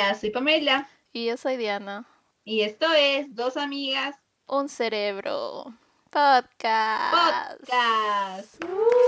Hola, soy Pamela Y yo soy Diana. y esto es Dos Amigas Un cerebro. Podcast. Podcast.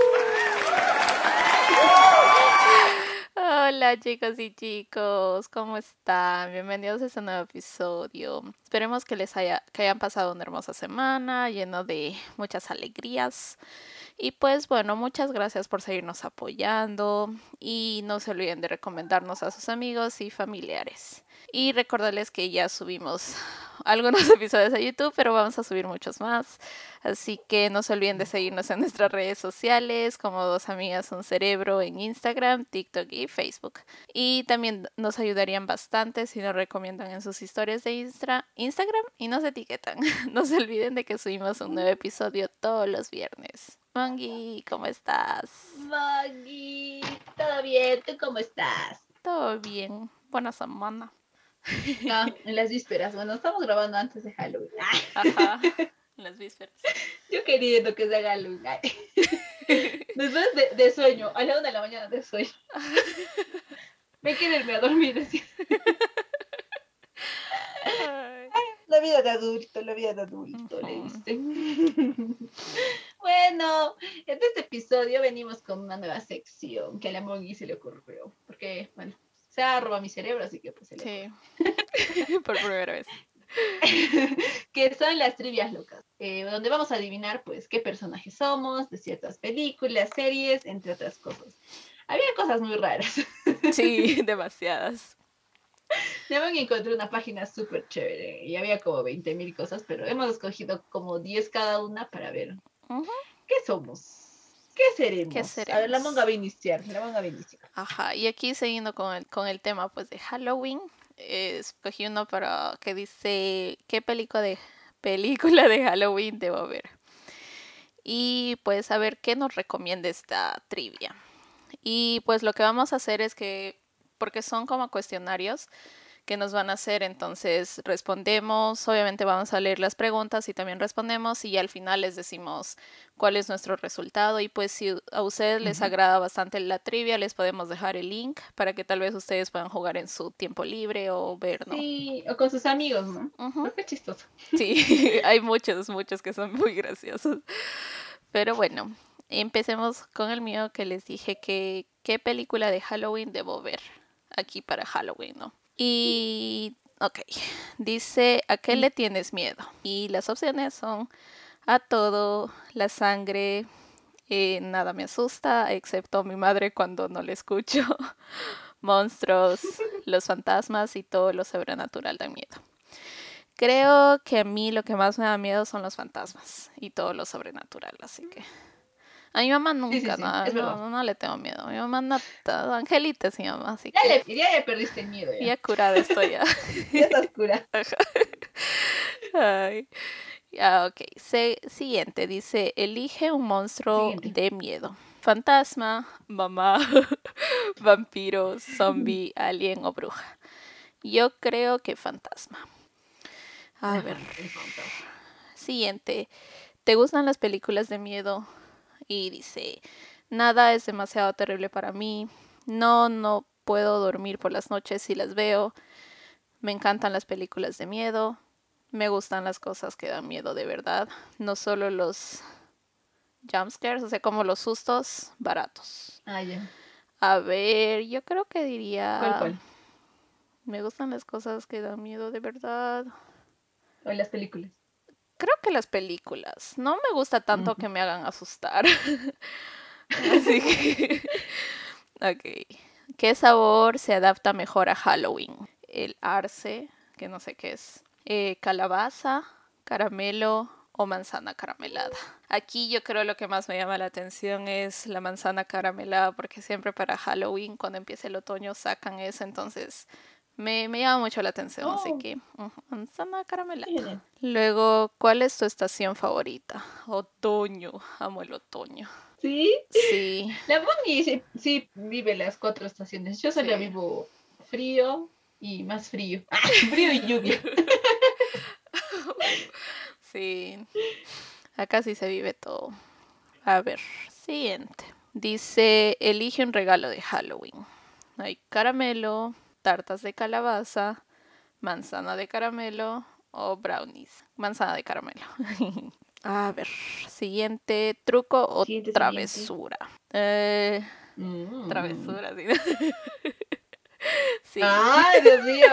Hola chicos y chicos, ¿cómo están? Bienvenidos a este nuevo episodio. Esperemos que hayan pasado una hermosa semana lleno de muchas alegrías. Y pues bueno, muchas gracias por seguirnos apoyando y no se olviden de recomendarnos a sus amigos y familiares. Y recordarles que ya subimos algunos episodios a YouTube, pero vamos a subir muchos más. Así que no se olviden de seguirnos en nuestras redes sociales como Dos Amigas Un Cerebro en Instagram, TikTok y Facebook. Y también nos ayudarían bastante si nos recomiendan en sus historias de Instagram y nos etiquetan. No se olviden de que subimos un nuevo episodio todos los viernes. Mangi, ¿cómo estás? Maggie, ¿todo bien? ¿Tú cómo estás? Todo bien. Buena semana. En las vísperas. Bueno, estamos grabando antes de Halloween. Ajá, las vísperas. Yo queriendo que sea Halloween. Después de sueño, a la 1 de la mañana de sueño. Me quiero irme a dormir. Así. Ay. La vida de adulto, le Ujú. dicen. Bueno, en este episodio venimos con una nueva sección que a la Mogui se le ocurrió, porque, bueno, se ha robado mi cerebro, así que pues se le Sí, ocurrió. por primera vez. Que son las trivias locas, donde vamos a adivinar pues qué personajes somos de ciertas películas, series, entre otras cosas. Había cosas muy raras. Sí, demasiadas. Ya me encontré una página súper chévere y había como 20.000 cosas, pero hemos escogido como 10 cada una para ver Ujú. qué somos, qué ¿Qué seremos. A ver, la monga seremos? va a iniciar, la monga va a iniciar. Ajá, y aquí siguiendo con el tema pues de Halloween, escogí uno para que dice película de Halloween debo ver. Y pues a ver qué nos recomienda esta trivia. Y pues lo que vamos a hacer es que, porque son como cuestionarios que nos van a hacer, entonces respondemos, obviamente vamos a leer las preguntas y también respondemos y al final les decimos cuál es nuestro resultado y pues si a ustedes les Ujú. agrada bastante la trivia, les podemos dejar el link para que tal vez ustedes puedan jugar en su tiempo libre o ver, ¿no? Sí, o con sus amigos, ¿no? Ujú. Pero qué chistoso. Sí, hay muchos que son muy graciosos. Pero bueno, empecemos con el mío que les dije que qué película de Halloween debo ver aquí para Halloween, ¿no? Y, ok, dice, ¿a qué le tienes miedo? Y las opciones son a todo, la sangre, nada me asusta, excepto mi madre cuando no le escucho, monstruos, los fantasmas y todo lo sobrenatural da miedo. Creo que a mí lo que más me da miedo son los fantasmas y todo lo sobrenatural, así que a mi mamá Sí, sí, nunca, sí, no, es verdad. no, no le tengo miedo. A mi mamá no, Angelita es mi mamá, así Ya que ya le perdiste el miedo ya ya. curada estoy ya. Ya está oscura. Ay. Ok. Siguiente, dice, elige un monstruo Siguiente. de miedo. Fantasma, mamá, vampiro, zombie, alien o bruja. Yo creo que fantasma. A ver, Ajá, el fantasma. siguiente. ¿Te gustan las películas de miedo? Y dice, nada es demasiado terrible para mí. No, no puedo dormir por las noches si las veo. Me encantan las películas de miedo. Me gustan las cosas que dan miedo de verdad. No solo los jumpscares, o sea, como los sustos baratos. Ah, ya. A ver, yo creo que ¿Cuál, diría, cuál? me gustan las cosas que dan miedo de verdad. O en las películas. Creo que las películas. No me gusta tanto Ujú. que me hagan asustar. Así que, ok. ¿Qué sabor se adapta mejor a Halloween? El arce, que no sé qué es. Calabaza, caramelo o manzana caramelada. Aquí yo creo lo que más me llama la atención es la manzana caramelada, porque siempre para Halloween, cuando empieza el otoño, sacan eso, entonces me llama mucho la atención, así Oh, que manzana caramelada. qué genial. Luego, ¿cuál es tu estación favorita? Otoño, amo el otoño. ¿Sí? Sí, La Bonnie sí, sí vive las 4 estaciones. Yo solo sí. vivo frío y más frío. Frío y lluvia. Sí, acá sí se vive todo. A ver, siguiente. Dice, elige un regalo de Halloween. Hay caramelo, tartas de calabaza, manzana de caramelo o brownies. Manzana de caramelo. A ver, siguiente truco o Siguiente. travesura. Mm. Travesura, sí. Sí. Ay, Dios mío.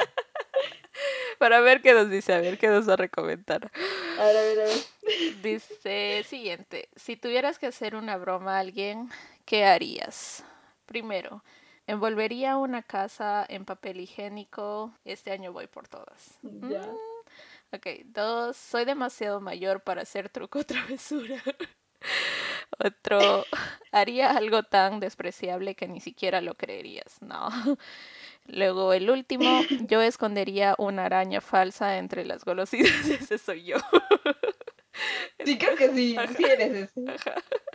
Para ver qué nos dice, a ver qué nos va a recomendar. A ver, a ver, a ver. Dice siguiente, si tuvieras que hacer una broma a alguien, ¿qué harías? Primero, envolvería una casa en papel higiénico. Este año voy por todas. Ya. Ok, 2, soy demasiado mayor para hacer truco o travesura. Otro, haría algo tan despreciable que ni siquiera lo creerías. No. Luego el último, yo escondería una araña falsa entre las golosinas. Ese soy yo. Sí, creo que sí. Ajá, Sí eres ese. ajá.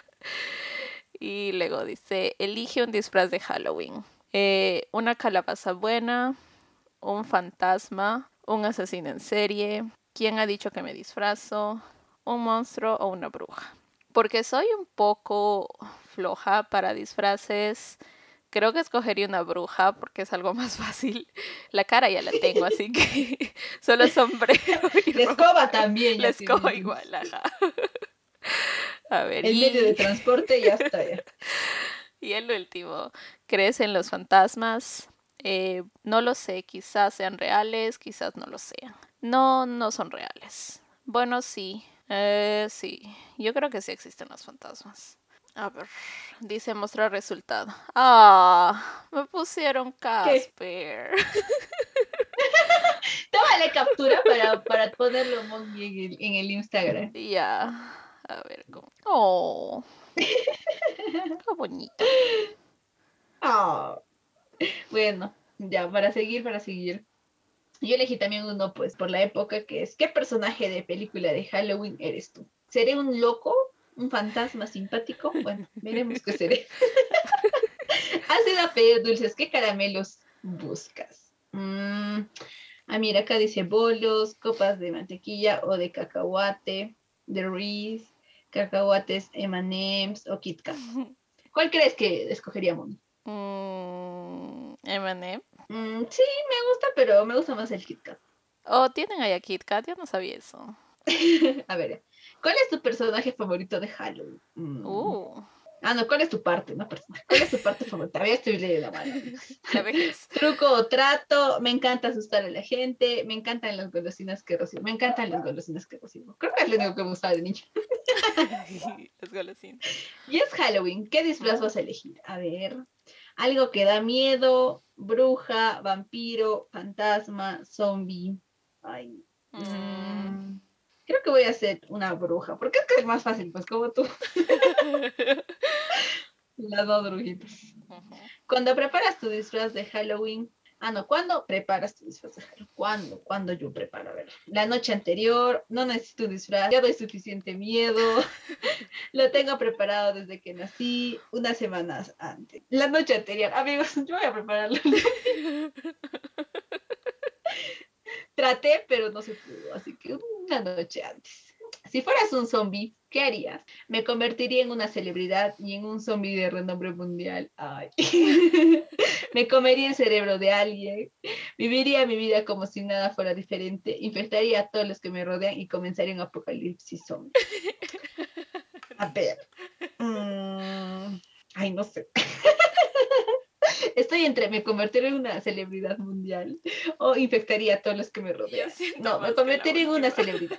Y luego dice, elige un disfraz de Halloween. Una calabaza buena, un fantasma, un asesino en serie. ¿Quién ha dicho que me disfrazo? Un monstruo o una bruja. Porque soy un poco floja para disfraces. Creo que escogería una bruja porque es algo más fácil. La cara ya la tengo, así que solo sombrero y La ropa. escoba también La ya tiene, escoba entonces. igual, ajá. A ver, El medio de transporte ya está ya. y el último, ¿crees en los fantasmas? No lo sé, quizás sean reales, quizás no lo sean. No, no son reales. Bueno, sí, sí, yo creo que sí existen los fantasmas. A ver, dice mostrar resultado. Ah, me pusieron ¿Qué? Casper. Tómale captura para ponerlo Mongi en el Instagram. Ya, a ver cómo. Oh, qué bonito. Ah, bueno, ya, para seguir. Yo elegí también uno, pues, por la época, que es, ¿qué personaje de película de Halloween eres tú? ¿Seré un loco? ¿Un fantasma simpático? Bueno, veremos qué seré. Has ido a pedir dulces, ¿qué caramelos buscas? Mira, acá dice bolos, copas de mantequilla o de cacahuate, de Reese, cacahuates M&M's o Kit Kat. ¿Cuál crees que escogeríamos? M&M. Sí, me gusta, pero me gusta más el Kit Kat. Oh, tienen ahí a Kit Kat, yo no sabía eso. A ver, ¿cuál es tu personaje favorito de Halloween? Uh, No, ¿cuál es tu parte? No, personaje. ¿Cuál es tu parte favorita? Había estoy leyendo mal, amigos. la vejez. Truco o trato, me encanta asustar a la gente, me encantan las golosinas que recibo, me encantan las golosinas que recibo. Creo que es lo único que me gustaba de niño. Las golosinas. Y es Halloween, ¿qué disfraz vas a elegir? A ver, algo que da miedo, bruja, vampiro, fantasma, zombie. Ay, Mm. creo que voy a hacer una bruja, porque es que es más fácil, pues como tú, las dos brujitas. Ujú. Cuando preparas tu disfraz de Halloween, no, ¿cuándo preparas tu disfraz de Halloween? ¿Cuándo yo preparo? A ver, la noche anterior, no necesito un disfraz, ya doy suficiente miedo, lo tengo preparado desde que nací, unas semanas antes. La noche anterior, amigos, yo voy a prepararlo. Traté, pero no se pudo, así que una noche antes. Si fueras un zombie, ¿qué harías? Me convertiría en una celebridad y en un zombie de renombre mundial. Ay. Me comería el cerebro de alguien, viviría mi vida como si nada fuera diferente, infectaría a todos los que me rodean y comenzaría un apocalipsis zombie. A ver. Ay, no sé. Estoy entre me convertiré en una celebridad mundial o infectaría a todos los que me Yo rodean. siento No, me más que la convertiré en una última. celebridad.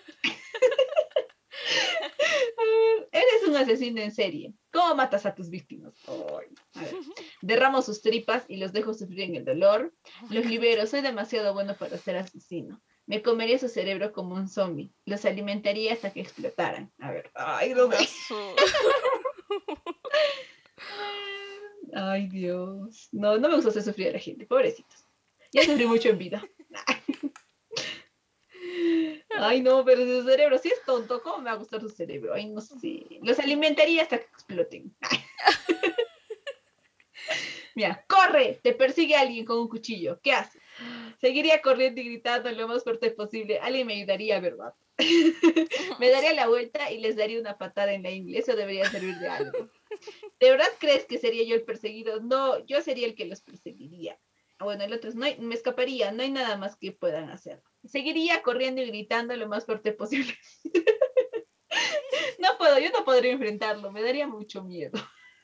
Eres un asesino en serie. ¿Cómo matas a tus víctimas? Ay, a ver. Derramo sus tripas y los dejo sufrir en el dolor. Oh my Los god. libero. Soy demasiado bueno para ser asesino. Me comería su cerebro como un zombie. Los alimentaría hasta que explotaran. A ver. Ay, no sé. Asu. Ay, Dios. No, no me gusta hacer sufrir a la gente. Pobrecitos. Ya sufrí mucho en vida. Ay, no, pero su cerebro sí es tonto. ¿Cómo me va a gustar su cerebro? Ay, no sé. Los alimentaría hasta que exploten. Mira, corre, te persigue alguien con un cuchillo. ¿Qué haces? Seguiría corriendo y gritando lo más fuerte posible. Alguien me ayudaría, ¿verdad? Me daría la vuelta y les daría una patada en la ingle. Eso debería servir de algo. ¿De verdad crees que sería yo el perseguido? No, yo sería el que los perseguiría. Bueno, el otro es, me escaparía, no hay nada más que puedan hacer. Seguiría corriendo y gritando lo más fuerte posible. No puedo, yo no podría enfrentarlo, me daría mucho miedo.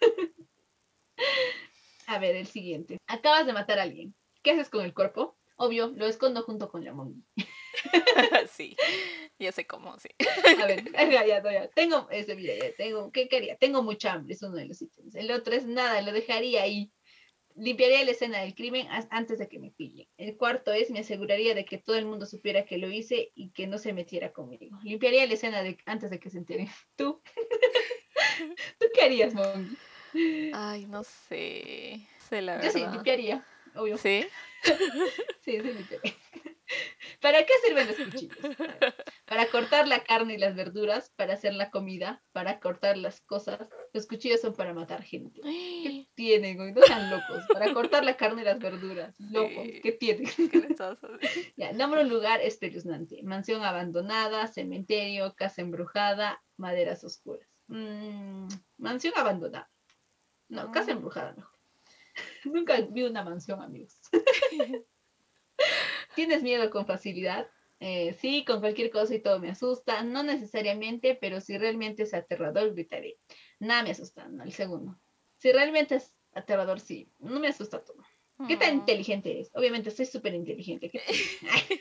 A ver, el siguiente. Acabas de matar a alguien. ¿Qué haces con el cuerpo? Obvio, lo escondo junto con la momia. Sí, ya sé cómo, sí. A ver, ya. Tengo, ese, mira, ya tengo, ¿qué quería? Tengo mucha hambre, es uno de los ítems. El otro es nada, lo dejaría ahí. Limpiaría la escena del crimen antes de que me pillen. El cuarto es, me aseguraría de que todo el mundo supiera que lo hice y que no se metiera conmigo. Limpiaría la escena antes de que se enteren. ¿Tú? ¿Tú qué harías, Mongi? Ay, no sé. Sé la Yo sí, verdad. limpiaría, obvio. ¿Sí? Sí, sí, limpiaría. ¿Para qué sirven los cuchillos? A ver, para cortar la carne y las verduras, para hacer la comida, para cortar las cosas. Los cuchillos son para matar gente. ¿Qué tienen, güey? No sean locos. Para cortar la carne y las verduras. Locos, Sí. ¿qué tienen? ¿Qué les pasa? Ya, nombra un lugar espeluznante. Mansión abandonada, cementerio, casa embrujada, maderas oscuras. Mansión abandonada. No, casa Mm. embrujada mejor. Nunca vi una mansión, amigos. ¿Tienes miedo con facilidad? Sí, con cualquier cosa y todo me asusta. No necesariamente, pero si realmente es aterrador, gritaré. Nada me asusta, no, el segundo. Si realmente es aterrador, sí. No me asusta todo. ¿Qué tan Mm. inteligente eres? Obviamente soy súper inteligente. ¿Qué tiene?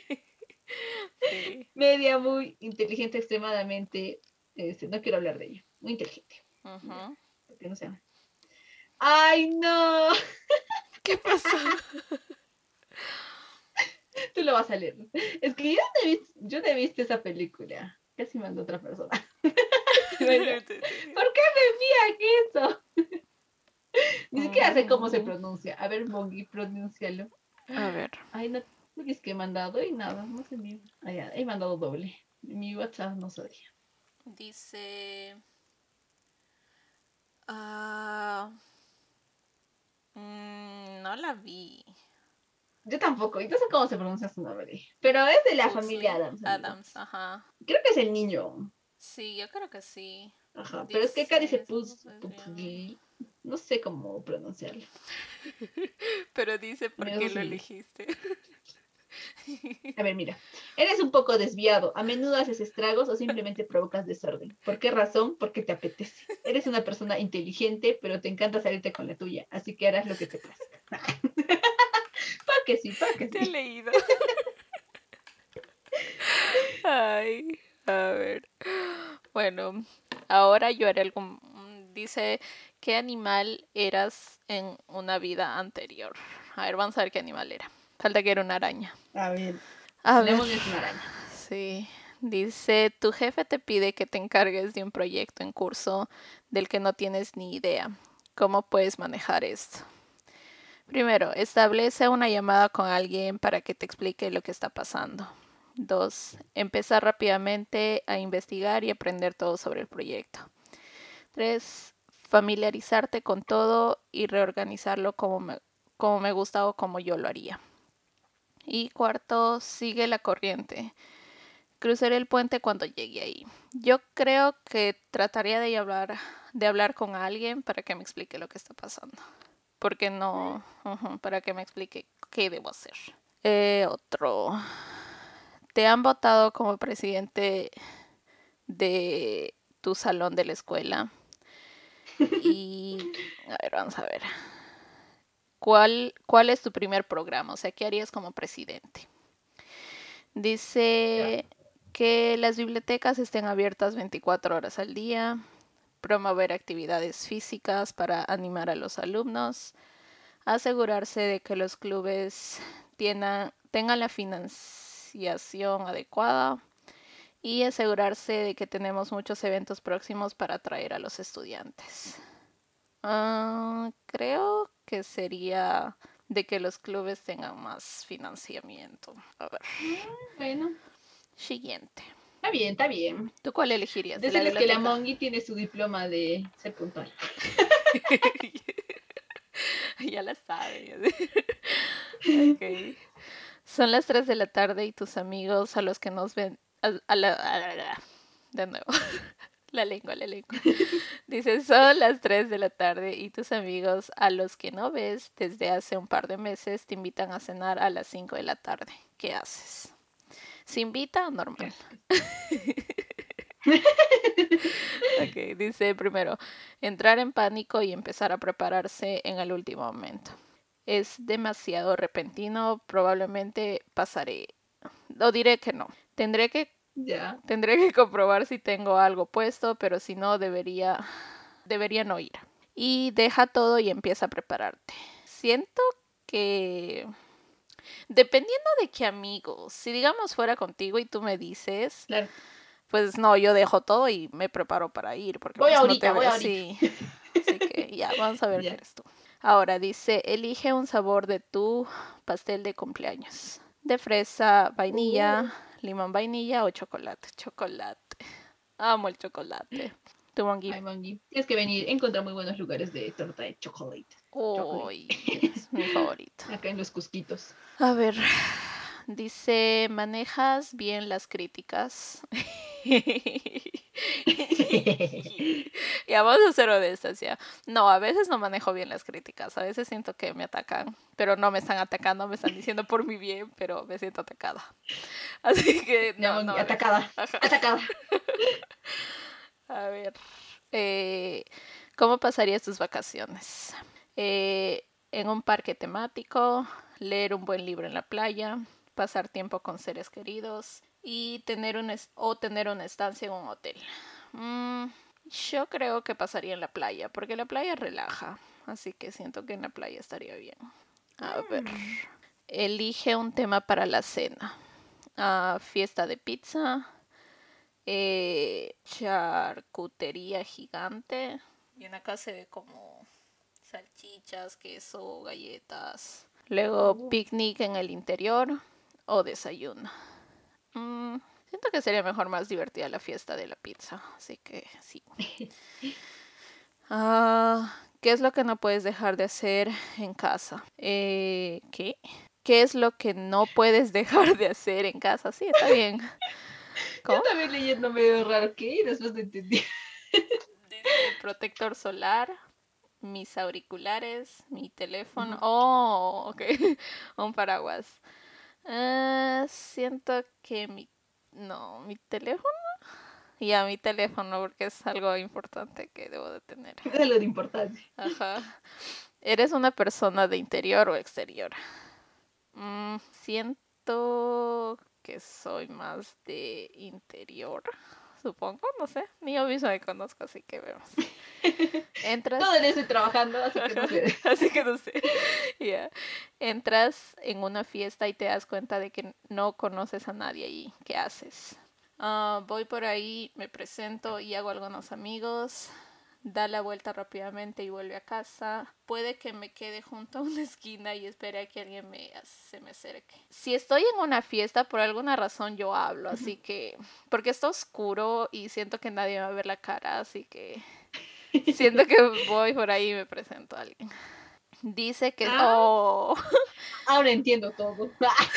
Sí. Media, muy inteligente, extremadamente. No quiero hablar de ella. Muy inteligente. Ya, Ujú. porque no sé. ¡Ay, no! ¿Qué pasó? Tú lo vas a leer. Es que yo no he visto esa película. Casi mandó otra persona. ¿Te imaginas? ¿Por qué me envían eso? Ni siquiera sé cómo se Mm. pronuncia. A ver, Bongi, pronúncialo. A ver. Ay, no, no es que he mandado y nada, no sé ni. Ah, ya, he mandado doble. Mi WhatsApp no sabía. Dice. Ah, no la vi. Yo tampoco, y no sé cómo se pronuncia su nombre. Pero es de la familia Pugsley Adams, amigo. Adams, ajá. Creo que es el niño. Sí, yo creo que sí. Ajá, pero es que acá dice Dice. no sé cómo pronunciarlo. Pero dice por Amigos, qué no lo sé inglés. elegiste. A ver, mira. Eres un poco desviado. A menudo haces estragos o simplemente provocas desorden. ¿Por qué razón? Porque te apetece. Eres una persona inteligente, pero te encanta salirte con la tuya. Así que harás lo que te plazca. ¿Para que sí? ¿Para que Te he sí? leído. Ay, a ver. Bueno, ahora yo haré algo. Dice, ¿qué animal eras en una vida anterior? A ver, vamos a ver qué animal era. Falta que era una araña. A ver, A ver, Lemon es una araña. sí. Dice, tu jefe te pide que te encargues de un proyecto en curso del que no tienes ni idea. ¿Cómo puedes manejar esto? Primero, establece una llamada con alguien para que te explique lo que está pasando. 2. Empezar rápidamente a investigar y aprender todo sobre el proyecto. 3. Familiarizarte con todo y reorganizarlo como me gusta o como yo lo haría. Y cuarto, sigue la corriente. Cruzaré el puente cuando llegue ahí. Yo creo que trataría de hablar con alguien para que me explique lo que está pasando. Porque no, para que me explique qué debo hacer. Otro. Te han votado como presidente de tu salón de la escuela. Y, a ver, vamos a ver. ¿Cuál es tu primer programa? O sea, ¿qué harías como presidente? Ya. Dice que las bibliotecas estén abiertas 24 horas al día, promover actividades físicas para animar a los alumnos, asegurarse de que los clubes tengan la financiación adecuada y asegurarse de que tenemos muchos eventos próximos para atraer a los estudiantes. Creo que sería de que los clubes tengan más financiamiento. A ver, Bueno, siguiente. está bien, está bien. ¿Tú cuál elegirías? ¿De la Decirles que la biblioteca? Mongi tiene su diploma de ser puntual. Ya la sabes. Ok. Son las 3 de la tarde y tus amigos a los que nos ven... de nuevo. La lengua, la lengua. Dice, son las 3 de la tarde y tus amigos a los que no ves desde hace un par de meses te invitan a cenar a las 5 de la tarde. ¿Qué haces? ¿Se invita o ¿Qué normal? haces? Ok, dice primero, entrar en pánico y empezar a prepararse en el último momento. Es demasiado repentino, probablemente pasaré. O diré que no. Ya, Tendré que comprobar si tengo algo puesto, pero si no, debería no ir. Y deja todo y empieza a prepararte. Siento que dependiendo de qué amigos, si digamos fuera contigo y tú me dices, claro. pues no, yo dejo todo y me preparo para ir, porque Voy pues no te ahorita, voy veo ahorita. así. Así que ya, vamos a ver qué Ya. eres tú. Ahora dice, elige un sabor de tu pastel de cumpleaños. De fresa, Uh, vainilla, limón vainilla o chocolate. Chocolate. Amo el chocolate. Tu Mongui. Ay, Mangi. Tienes que venir. He encontrado muy buenos lugares de torta de chocolate. Chocolate. Uy, es mi favorito. Acá en los Cusquitos. A ver, dice, ¿manejas bien las críticas? Ya vamos a ser honestas ya. No, a veces no manejo bien las críticas. A veces siento que me atacan, pero no me están atacando, me están diciendo por mi bien, pero me siento atacada. Así que Ya, no, Mangi, no dejo. atacada. Ajá. Atacada. A ver, eh, ¿cómo pasarías tus vacaciones? En un parque temático, leer un buen libro en la playa, pasar tiempo con seres queridos y tener una estancia en un hotel. Mm, yo creo que pasaría en la playa, porque la playa relaja, así que siento que en la playa estaría bien. A ver, Mm. elige un tema para la cena. Fiesta de pizza, charcutería gigante. Y en acá se ve como salchichas, queso, galletas. Luego Uh. picnic en el interior o desayuno. Mm, siento que sería mejor más divertida la fiesta de la pizza, así que sí. ¿Qué es lo que no puedes dejar de hacer en casa? ¿Qué? ¿Qué es lo que no puedes dejar de hacer en casa? Sí, está bien. Yo ¿Cómo? también leyendo medio raro, ¿qué? Y después no entendí. Dice protector solar, mis auriculares, mi teléfono. Ujú. Oh, ok. Un paraguas. Siento que No, mi teléfono. Ya, mi teléfono, porque es algo importante que debo de tener. Es lo de importante. Ajá. ¿Eres una persona de interior o exterior? Siento que soy más de interior, supongo, no sé. Ni yo misma me conozco, así que vemos. Entras, Todo en eso estoy trabajando, así que no sé. así que no sé. Ya. Entras en una fiesta y te das cuenta de que no conoces a nadie allí. ¿Qué haces? Voy por ahí, me presento y hago algunos amigos. Da la vuelta rápidamente y vuelve a casa. Puede que me quede junto a una esquina y espere a que se me acerque. Si estoy en una fiesta, por alguna razón yo hablo, así que... Porque está oscuro y siento que nadie me va a ver la cara, así que... Siento que voy por ahí y me presento a alguien. Dice que... Ah, Oh, ahora entiendo todo.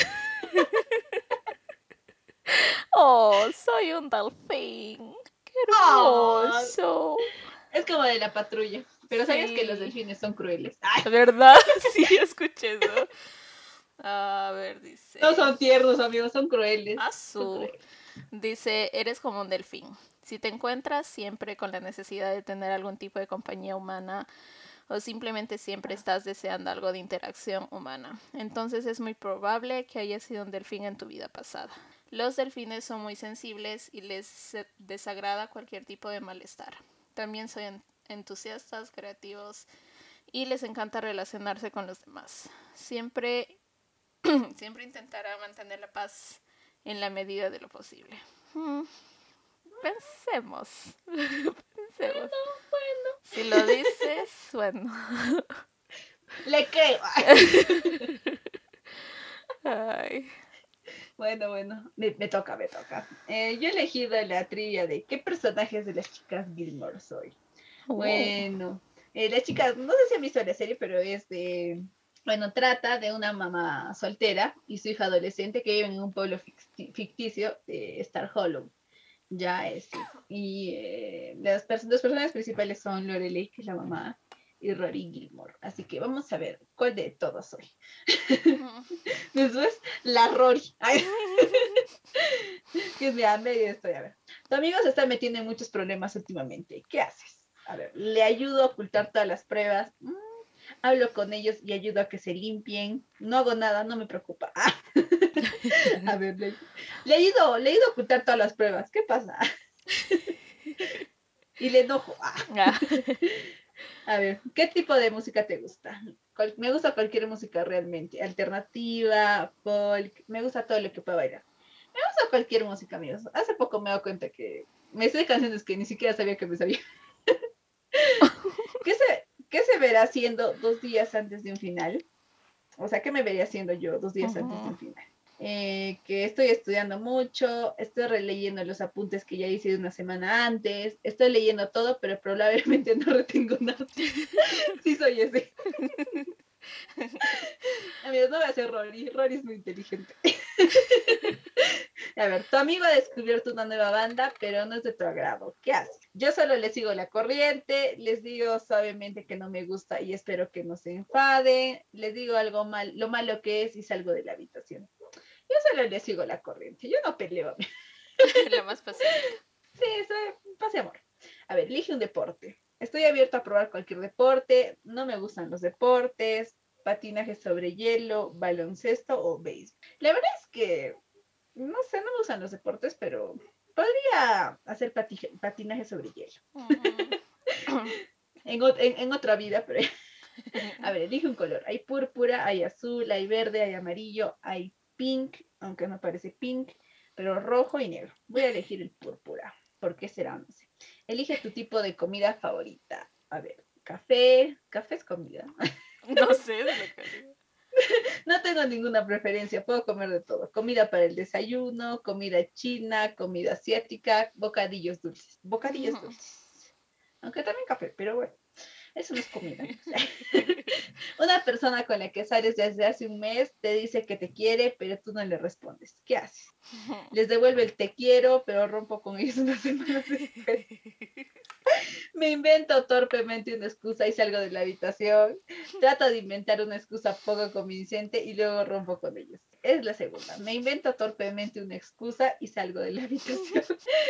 oh, soy un delfín. Qué Ah, hermoso. es como de la patrulla. Pero ¿sabías que los Sí. delfines son crueles? Ay, ¿Verdad? Sí, escuché eso. A ver, no dice. son tiernos, amigos, son crueles. Son Azul. crueles. Dice, eres como un delfín. Si te encuentras siempre con la necesidad de tener algún tipo de compañía humana o simplemente siempre Ah, estás deseando algo de interacción humana, entonces es muy probable que hayas sido un delfín en tu vida pasada. Los delfines son muy sensibles y les desagrada cualquier tipo de malestar. También son entusiastas, creativos y les encanta relacionarse con los demás. Siempre, siempre intentará mantener la paz en la medida de lo posible. Hmm, pensemos, pensemos. bueno, bueno. Si lo dices, bueno. Le creo. Ay. Bueno, bueno, me toca, me toca. Yo he elegido la trivia de qué personajes de las chicas Gilmore soy. Oh. Bueno, las chicas, no sé si han visto la serie, pero es de, bueno, trata de una mamá soltera y su hija adolescente que viven en un pueblo ficticio de Star Hollow. Ya ese. Y los personajes principales son Lorelei, que es la mamá, y Rory Gilmore. Así que vamos a ver cuál de todos soy. Después, la Rory. Ay, que es mi medio estoy. A ver. Tu amigo se está metiendo en muchos problemas últimamente. ¿Qué haces? A ver, le ayudo a ocultar todas las pruebas. Hablo con ellos y ayudo a que se limpien. No hago nada, no me preocupa. A ver, le ayudo a ocultar todas las pruebas. ¿Qué pasa? Y le enojo. Ah, A ver, ¿qué tipo de música te gusta? Me gusta cualquier música realmente. Alternativa, folk, me gusta todo lo que pueda bailar. Me gusta cualquier música, amigos. Hace poco me he dado cuenta que me sé canciones que ni siquiera sabía que me sabía. ¿Qué se verá haciendo 2 días antes de un final? O sea, ¿qué me vería haciendo yo 2 días antes de ujú. un final? Que estoy estudiando mucho, estoy releyendo los apuntes que ya hice una semana antes, estoy leyendo todo, pero probablemente no retengo nada. Sí soy ese. Amigos, no voy a ser Rory. Rory es muy inteligente. A ver, tu amigo ha descubierto una nueva banda, pero no es de tu agrado. ¿Qué haces? Yo solo le sigo la corriente, les digo suavemente que no me gusta y espero que no se enfaden, les digo algo mal, lo malo que es y salgo de la habitación. Yo solo le sigo la corriente, yo no peleo. La más pacífica. Sí, soy paz y amor. A ver, elige un deporte. Estoy abierto a probar cualquier deporte, no me gustan los deportes, patinaje sobre hielo, baloncesto o béisbol. La verdad es que no sé, no me gustan los deportes, pero podría hacer patinaje sobre hielo. Ujú. En otra vida, pero a ver, elige un color. Hay púrpura, hay azul, hay verde, hay amarillo, hay pink, aunque no parece pink, pero rojo y negro. Voy a elegir el púrpura. ¿Por qué será? No sé. Elige tu tipo de comida favorita. A ver, café. Café es comida. No sé, es lo que digo. No tengo ninguna preferencia, puedo comer de todo. Comida para el desayuno, comida china, comida asiática, bocadillos dulces. Bocadillos dulces. Aunque también café, pero bueno, eso no es comida, amigos. Una persona con la que sales desde hace un mes te dice que te quiere, pero tú no le respondes. ¿Qué haces? Les devuelve el te quiero, pero rompo con ellos una semana después. Me invento torpemente una excusa y salgo de la habitación. Trato de inventar una excusa poco convincente y luego rompo con ellos. Es la segunda. Me invento torpemente una excusa y salgo de la habitación.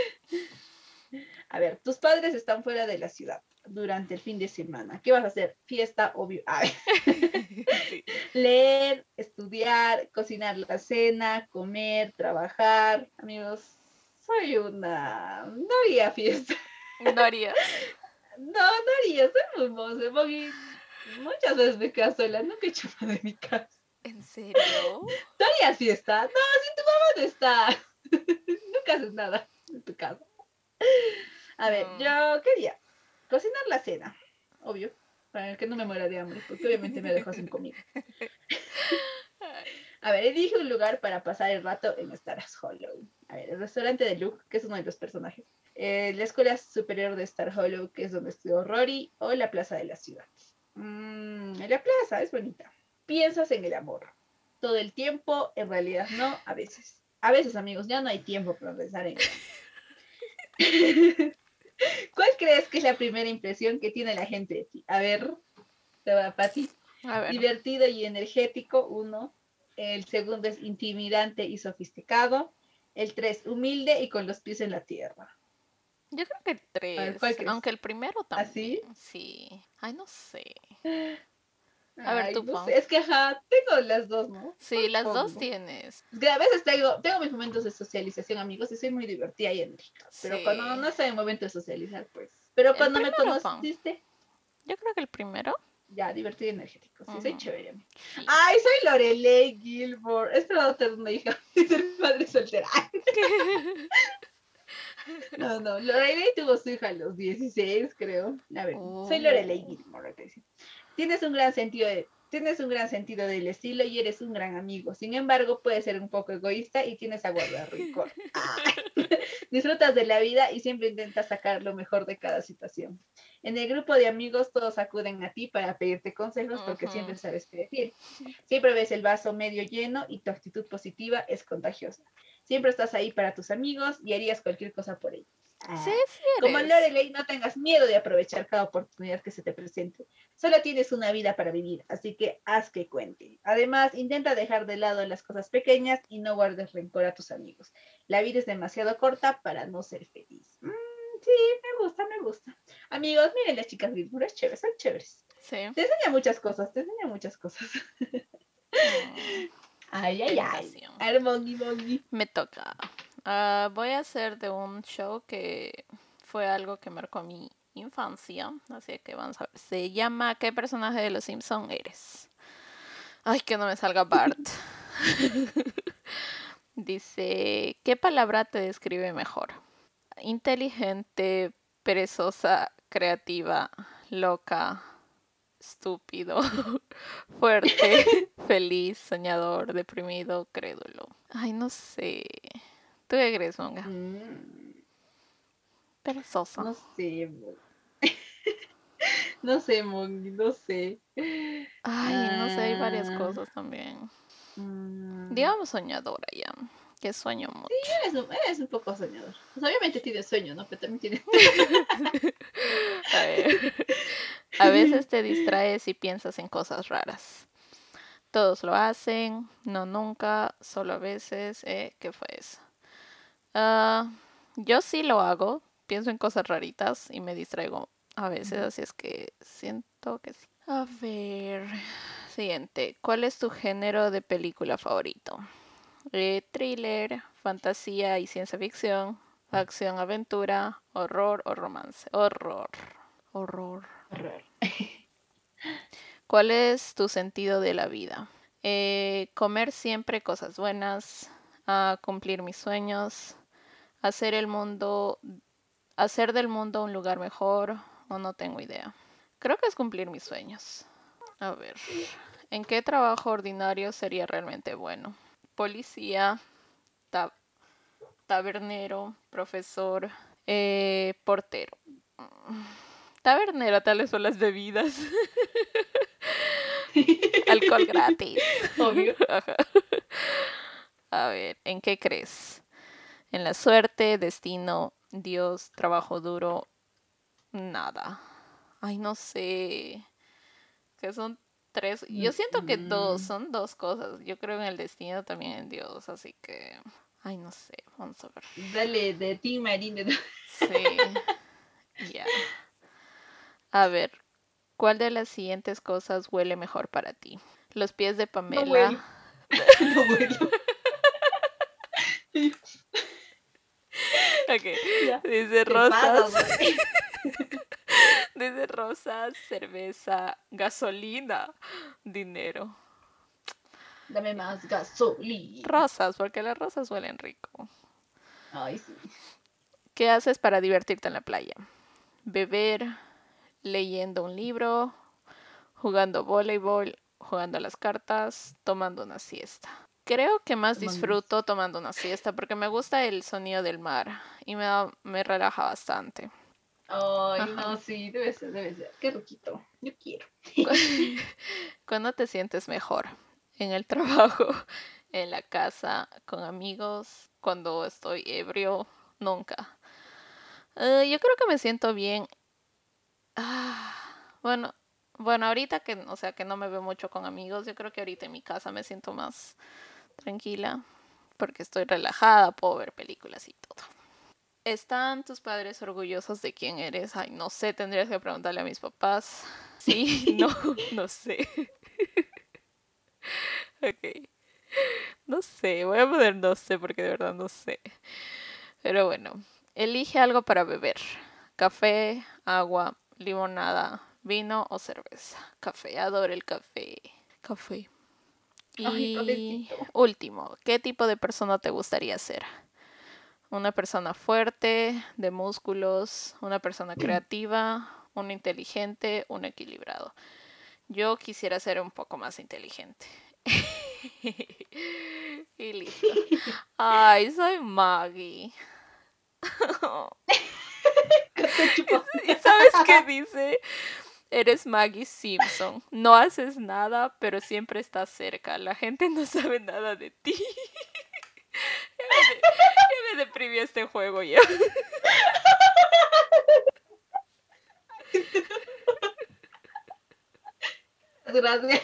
A ver, tus padres están fuera de la ciudad durante el fin de semana. ¿Qué vas a hacer? Fiesta, obvio. A ver, Sí. leer, estudiar, cocinar la cena, comer, trabajar. Amigos, soy una... No haría fiesta. ¿No harías? No haría, soy muy monse, porque muchas veces me quedo sola, nunca he hecho nada de mi casa. ¿En serio? ¿Tú harías fiesta? No, si tu mamá no está, nunca haces nada en tu casa. A ver, Mm. yo quería cocinar la cena, obvio, para que no me muera de hambre, porque obviamente me dejó sin comida. Ay. A ver, elige un lugar para pasar el rato en Stars Hollow. A ver, el restaurante de Luke, que es uno de los personajes. La escuela superior de Star Hollow, que es donde estudió Rory, o la plaza de la ciudad. En la plaza, es bonita. Piensas en el amor. Todo el tiempo, en realidad no, a veces. A veces, amigos, ya no hay tiempo para pensar en el amor. ¿Cuál crees que es la primera impresión que tiene la gente de ti? A ver, te va para ti. A ver, Divertido y energético, uno. El segundo es intimidante y sofisticado. El tres, humilde y con los pies en la tierra. yo creo que el A ver, ¿cuál 3, crees? aunque el primero también, ¿Así? sí. Ay, no sé. A ver, Ay, tú, no Pau. sé, es que ajá, tengo las dos, ¿no? Sí, ¿Cuál las dos pongo? tienes. Es que a veces tengo mis momentos de socialización, amigos, y soy muy divertida y enérgica. Pero cuando Sí. no estoy en momento de socializar, pues. Pero El cuando me primero, Pau. conociste, Yo creo que el primero. ya, divertido y energético. Sí, soy Ujú. chévere, amigo. Sí. Ay, soy Lorelei Gilmore. He esperado tener una hija y ser madre soltera. No, no, Lorelei tuvo su hija a los 16, creo. A ver, soy Lorelei Oh. Gilmore. Te dice. Tienes un gran sentido del estilo y eres un gran amigo. Sin embargo, puedes ser un poco egoísta y tienes a guardar rencor. Disfrutas de la vida y siempre intentas sacar lo mejor de cada situación. En el grupo de amigos todos acuden a ti para pedirte consejos porque Ujú. siempre sabes qué decir. Siempre ves el vaso medio lleno y tu actitud positiva es contagiosa. Siempre estás ahí para tus amigos y harías cualquier cosa por ellos. Sí, Ah, sí como eres. Lorelei, no tengas miedo de aprovechar cada oportunidad que se te presente. Solo tienes una vida para vivir, así que haz que cuente. Además, intenta dejar de lado las cosas pequeñas y no guardes rencor a tus amigos. La vida es demasiado corta para no ser feliz. Sí, me gusta, me gusta. Amigos, miren las chicas Gilmour, es chévere, son chéveres. Sí. Te enseña muchas cosas, te enseña muchas cosas. Mm, Ay, ay, ay. educación. Armongi, mongi. Me toca. Voy a hacer de un show que fue algo que marcó mi infancia. Así que vamos a ver. Se llama ¿Qué personaje de Los Simpson eres? Ay, que no me salga Bart. Dice, ¿qué palabra te describe mejor? Inteligente, perezosa, creativa, loca, estúpido, fuerte, feliz, soñador, deprimido, crédulo. Ay, no sé. ¿Tú qué crees, Monga? Mm, Perezosa. no sé, no sé, mongi, no sé. Ay, no sé, hay varias Ah, cosas también. mm, Digamos soñadora ya, que sueño sí, mucho. eres un poco soñador. Pues obviamente tienes sueño, ¿no? Pero también tienes. A ver, a veces te distraes y piensas en cosas raras. Todos lo hacen, no nunca, solo a veces. ¿Qué fue eso? Ah, yo sí lo hago, pienso en cosas raritas y me distraigo a veces, así es que siento que sí. A ver, siguiente. ¿Cuál es tu género de película favorito? Thriller, fantasía y ciencia ficción, acción, aventura, horror o romance. Horror. Horror. Horror. ¿Cuál es tu sentido de la vida? Comer siempre cosas buenas, cumplir mis sueños, hacer el mundo, hacer del mundo un lugar mejor o no tengo idea. Creo que es cumplir mis sueños. A ver, ¿en qué trabajo ordinario sería realmente bueno? Policía, ta- tabernero, profesor, portero. Tabernero, tal vez son las bebidas. Alcohol gratis. Obvio. A ver, ¿en qué crees? ¿En la suerte, destino, Dios, trabajo duro? Nada. Ay, no sé. Que son tres. Yo Mm, siento que mm. son dos cosas. Yo creo en el destino, también en Dios, así que. Ay, no sé. Vamos a ver. Dale de Team Marine. Sí, ya. A ver, ¿cuál de las siguientes cosas huele mejor para ti? Los pies de No Pamela. vuelo, no vuelo. Ok. Ya. Dice Te pasas, rosas. güey. Dice rosas, cerveza, gasolina, dinero. Dame más gasolina. Rosas, porque las rosas huelen rico. Ay, sí. ¿Qué haces para divertirte en la playa? Beber, leyendo un libro, jugando voleibol, jugando a las cartas, tomando una siesta. Creo que más Tomándonos. disfruto tomando una siesta porque me gusta el sonido del mar y me relaja bastante. Ay, Ajá. no, sí, debe ser, debe ser. Qué riquito. Yo quiero. ¿Cuándo te sientes mejor? ¿En el trabajo? ¿En la casa? ¿Con amigos? ¿Cuando estoy ebrio? Nunca. Yo creo que me siento bien. Ah, bueno, bueno, ahorita que, o sea, que no me veo mucho con amigos, yo creo que ahorita en mi casa me siento más tranquila porque estoy relajada, puedo ver películas y todo. ¿Están tus padres orgullosos de quién eres? Ay, no sé, tendrías que preguntarle a mis papás. Sí, no, no sé. Ok, no sé, voy a poner no sé porque de verdad no sé. Pero bueno, elige algo para beber. Café, agua, limonada, vino o cerveza. Café, adoro el café. Café. Ay, Y cafecito. último, ¿qué tipo de persona te gustaría ser? Una persona fuerte, de músculos, una persona creativa, un inteligente, un equilibrado. Yo quisiera ser un poco más inteligente. Y listo. Ay, soy Maggie. Te chupas. ¿Y sabes qué dice? Eres Maggie Simpson. No haces nada, pero siempre estás cerca. La gente no sabe nada de ti. Ya me deprimió este juego ya. Gracias.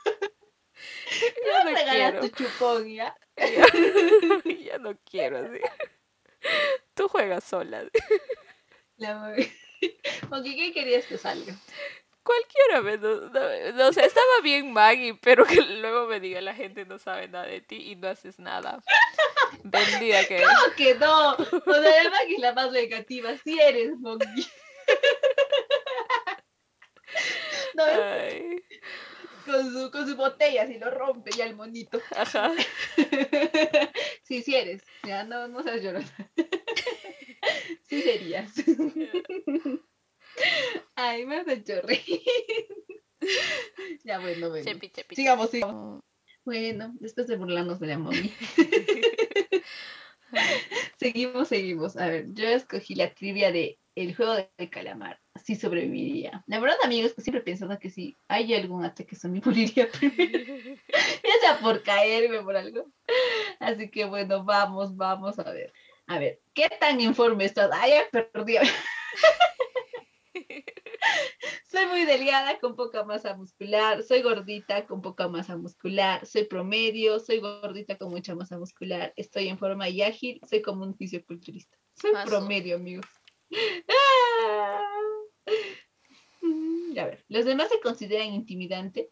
Ya no Regala tu quiero. chupón, ¿ya? Ya, ya no quiero así. Tú juegas sola. Así. La... Ok, ¿qué querías que salga? Cualquiera vez, no, o sea, estaba bien Maggie, pero que luego me diga la gente no sabe nada de ti y no haces nada. Vendida que. ¿Cómo que no? O sea, además que es la más negativa. Si eres, Mongi. No, Ay, con su botella, si lo rompe ya el monito. ajá. Sí, sí eres. Ya, no, no seas llorona. Sí serías. Ay, me has hecho reír. Ya, bueno, bueno. Chepi, chepi, chepi. Sigamos, sigamos. Bueno, después de burlarnos de la mommy. Seguimos, seguimos. A ver, yo escogí la trivia de el juego de calamar. Así sobreviviría. La verdad, amigos, que siempre he pensado que si hay algún ataque zombie moriría primero. Ya sea por caerme por algo. Así que bueno, vamos, vamos a ver. A ver, ¿qué tan informe estás? Ay, ya perdí. Soy muy delgada con poca masa muscular, soy gordita con poca masa muscular, soy promedio, soy gordita con mucha masa muscular, estoy en forma y ágil, soy como un fisioculturista. Soy Paso. promedio, amigos. Ah. A ver, los demás se consideran intimidante.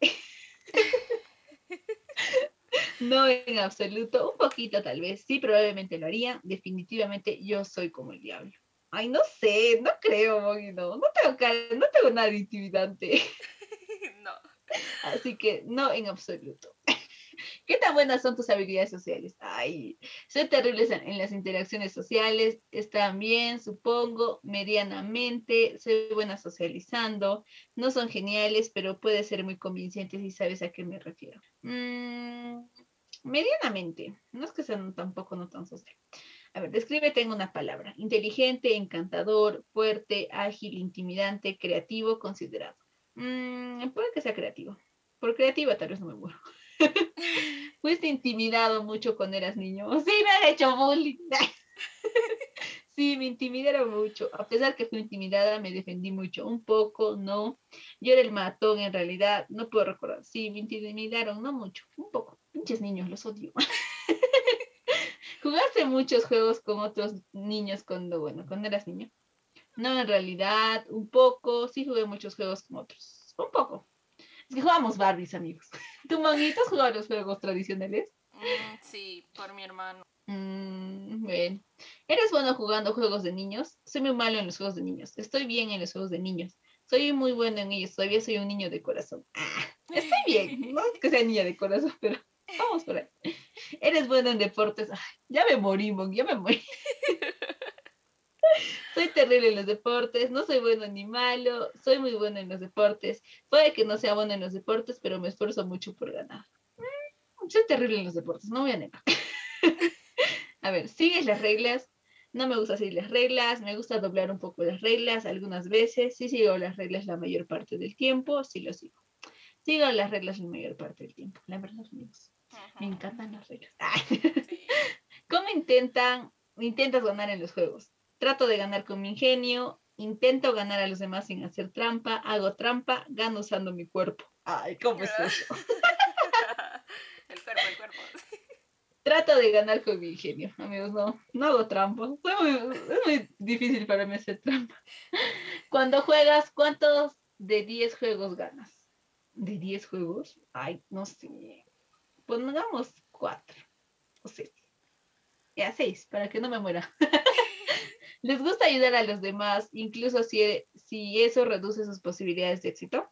No en absoluto, un poquito tal vez, sí, probablemente lo haría. Definitivamente yo soy como el diablo. Ay, no sé, no creo, Moggy, no, no tengo nada de intimidante. No. Así que no en absoluto. ¿Qué tan buenas son tus habilidades sociales? Ay, soy terrible en las interacciones sociales, están bien, supongo, medianamente, soy buena socializando, no son geniales, pero puede ser muy convincente si sabes a qué me refiero. Medianamente, no es que sean tampoco no tan social. A ver, descríbete en una palabra. Inteligente, encantador, fuerte, ágil, intimidante, creativo, considerado. Puede que sea creativo. Por creativa tal vez no me muero. Fuiste intimidado mucho cuando eras niño. Sí, me han hecho bullying. Sí, me intimidaron mucho. A pesar que fui intimidada, me defendí mucho. Un poco, no. Yo era el matón en realidad. No puedo recordar. Sí, me intimidaron, no mucho. Un poco. Pinches niños, los odio. Jugaste muchos juegos con otros niños cuando eras niño. No, en realidad, un poco. Sí jugué muchos juegos con otros. Un poco. Es que jugamos Barbies, amigos. ¿Tu monito has jugado los juegos tradicionales? Sí, por mi hermano. Bueno. ¿Eres bueno jugando juegos de niños? Soy muy malo en los juegos de niños. Estoy bien en los juegos de niños. Soy muy bueno en ellos. Todavía soy un niño de corazón. Estoy bien. No es que sea niña de corazón, pero vamos por ahí. ¿Eres bueno en deportes? Ay, ya me morí, Mon, ya me morí. Soy terrible en los deportes. No soy bueno ni malo. Soy muy bueno en los deportes. Puede que no sea bueno en los deportes, pero me esfuerzo mucho por ganar. Soy terrible en los deportes. No voy a negar. A ver, ¿sigues las reglas? No me gusta seguir las reglas, me gusta doblar un poco las reglas algunas veces. Sí sigo las reglas la mayor parte del tiempo, sí lo sigo. Sigo las reglas la mayor parte del tiempo. La verdad, amigos, me Ujú, encantan las reglas. sí. ¿Cómo intentas ganar en los juegos? Trato de ganar con mi ingenio, intento ganar a los demás sin hacer trampa, hago trampa, gano usando mi cuerpo. Ay, ¿cómo es eso? El cuerpo, el cuerpo. Trato de ganar con mi ingenio, amigos, no, no hago trampa. Es muy difícil para mí hacer trampa. Cuando juegas, ¿cuántos de 10 juegos ganas? ¿De 10 juegos? Ay, no sé. Pongamos 4 o 6. Ya 6, para que no me muera. ¿Les gusta ayudar a los demás, incluso si eso reduce sus posibilidades de éxito?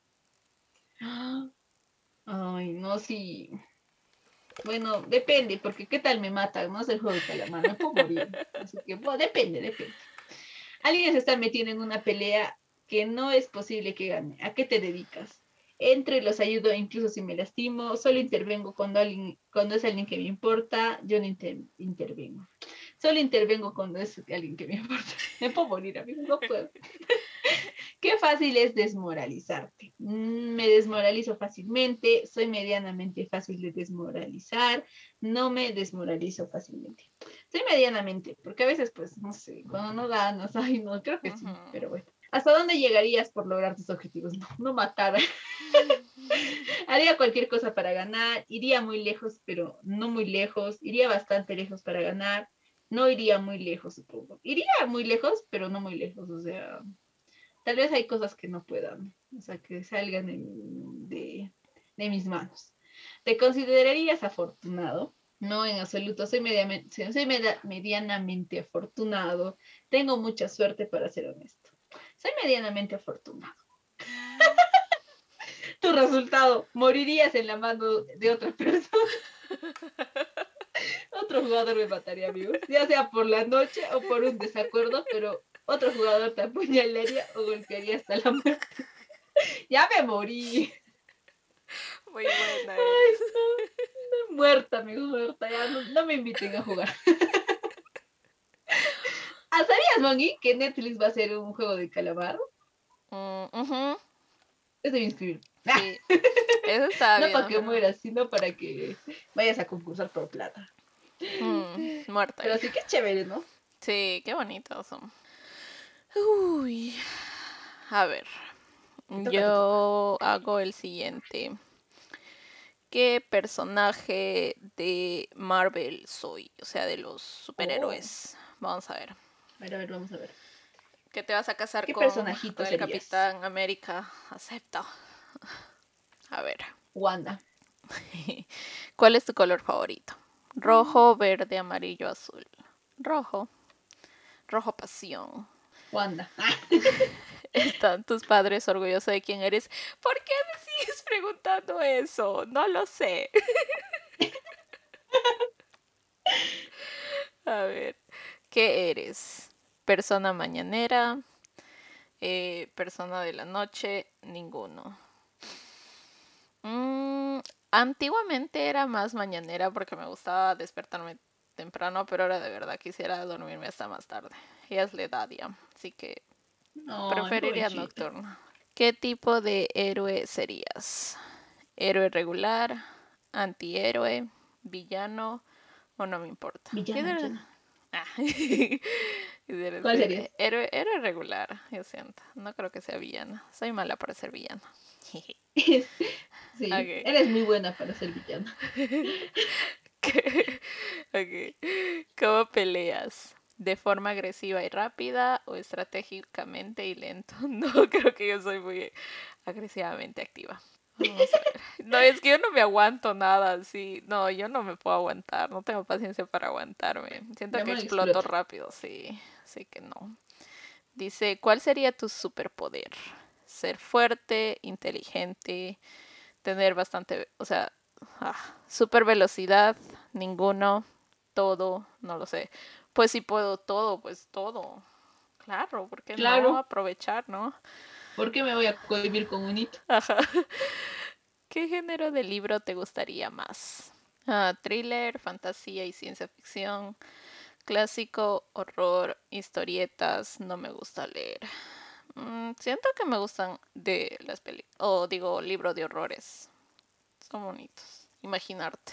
Ay, no, sí. Bueno, depende, porque ¿qué tal me mata? No es el juego de calamar, me puedo morir. Así que, bueno, depende, depende. Alguien se está metiendo en una pelea que no es posible que gane. ¿A qué te dedicas? Entro y los ayudo incluso si me lastimo. Solo intervengo cuando es alguien que me importa. Yo no intervengo. Solo intervengo cuando es alguien que me importa. Me puedo morir, amigo. No puedo. Qué fácil es desmoralizarte. Me desmoralizo fácilmente. Soy medianamente fácil de desmoralizar. No me desmoralizo fácilmente. Soy medianamente, porque a veces, pues, no sé, cuando no ganas, ay, no, creo que sí, Ujú. pero bueno. ¿Hasta dónde llegarías por lograr tus objetivos? No, no matar. Haría cualquier cosa para ganar, iría muy lejos, pero no muy lejos, iría bastante lejos para ganar, no iría muy lejos, supongo. Iría muy lejos, pero no muy lejos, o sea, tal vez hay cosas que no puedan, o sea, que salgan de mis manos. ¿Te considerarías afortunado? No, en absoluto. Medianamente afortunado. Tengo mucha suerte para ser honesto. Soy medianamente afortunado. Tu resultado, morirías en la mano de otra persona. Otro jugador me mataría, amigos. Ya sea por la noche o por un desacuerdo, pero otro jugador te apuñalaría o golpearía hasta la muerte. Ya me morí. Muy buena Ay, eres. no, muerta, amigo, muerta. Ya no, no me inviten a jugar. ¿Ah, sabías, Moni, que Netflix va a hacer un juego de calamar? Ujú. Es de inscribir. Sí, eso estaba No para viendo, que pero mueras, sino para que vayas a concursar por plata. muerta Pero ahí. sí que chévere, ¿no? Sí, qué bonitos son. Uy, a ver, Te toca, te toca. yo hago el siguiente. ¿Qué personaje de Marvel soy? O sea, de los Oh, superhéroes. Vamos a ver, vamos a ver. ¿Que te vas a casar ¿Qué con personajito el serías? Capitán América? Acepta. A ver. Wanda. ¿Cuál es tu color favorito? Rojo, verde, amarillo, azul. Rojo. Rojo pasión. Wanda. ¿Están tus padres orgullosos de quién eres? ¿Por qué me sigues preguntando eso? No lo sé. A ver, ¿qué eres? ¿Persona mañanera? ¿Persona de la noche? Ninguno. Mm, antiguamente era más mañanera porque me gustaba despertarme temprano, pero ahora de verdad quisiera dormirme hasta más tarde. Ya es la edad ya, así que Ay, preferiría pobrecita. nocturno. ¿Qué tipo de héroe serías? ¿Héroe regular? ¿Antihéroe? ¿Villano? ¿O no me importa? Villana, Quisiera... villana. Ah. Quisiera ¿Cuál ser serías? héroe regular, yo siento. No creo que sea villana. Soy mala para ser villana. Sí, Ok. eres muy buena para ser villana. Ok. ¿Cómo peleas? ¿De forma agresiva y rápida o estratégicamente y lento? No, creo que yo soy muy agresivamente activa. Vamos a ver. No, es que yo no me aguanto nada así. No, yo no me puedo aguantar. No tengo paciencia para aguantarme. Siento Ya que me exploto explota. rápido, sí. Así que no. Dice, ¿cuál sería tu superpoder? Ser fuerte, inteligente, tener bastante, o sea, super velocidad, ninguno, todo, no lo sé. Pues si puedo todo, pues todo. Claro, ¿por qué no Claro, aprovechar, no? ¿por qué me voy a cohibir con un hito? Ajá. ¿Qué género de libro te gustaría más? Thriller, fantasía y ciencia ficción, clásico, horror, historietas, no me gusta leer. Siento que me gustan de las películas, o digo, libro de horrores. Son bonitos. Imaginarte.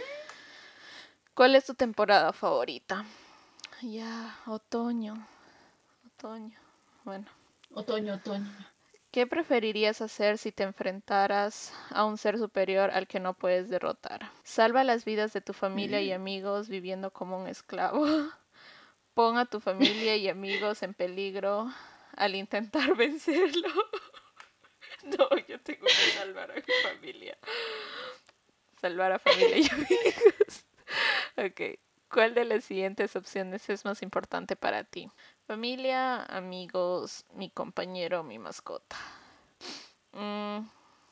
¿Cuál es tu temporada favorita? Ya, otoño, otoño. Bueno, Otoño, otoño. ¿qué preferirías hacer si te enfrentaras a un ser superior al que no puedes derrotar? Salva las vidas de tu familia y Mm. amigos viviendo como un esclavo. Pon a tu familia y amigos en peligro al intentar vencerlo. No, yo tengo que salvar a mi familia. Salvar a familia y amigos. Ok. ¿Cuál de las siguientes opciones es más importante para ti? Familia, amigos, mi compañero, mi mascota. Mm,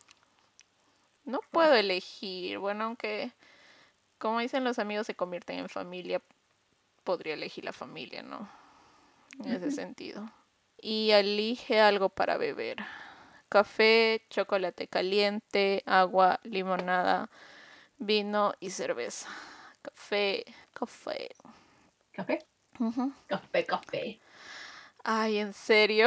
no ¿Cuál? puedo elegir. Bueno, aunque como dicen los amigos se convierten en familia, podría elegir la familia, ¿no? En ese Ujú. sentido. Y elige algo para beber. Café, chocolate caliente, agua, limonada, vino y cerveza. Café, café. ¿Café? Ujú. Café, café. Ay, ¿en serio?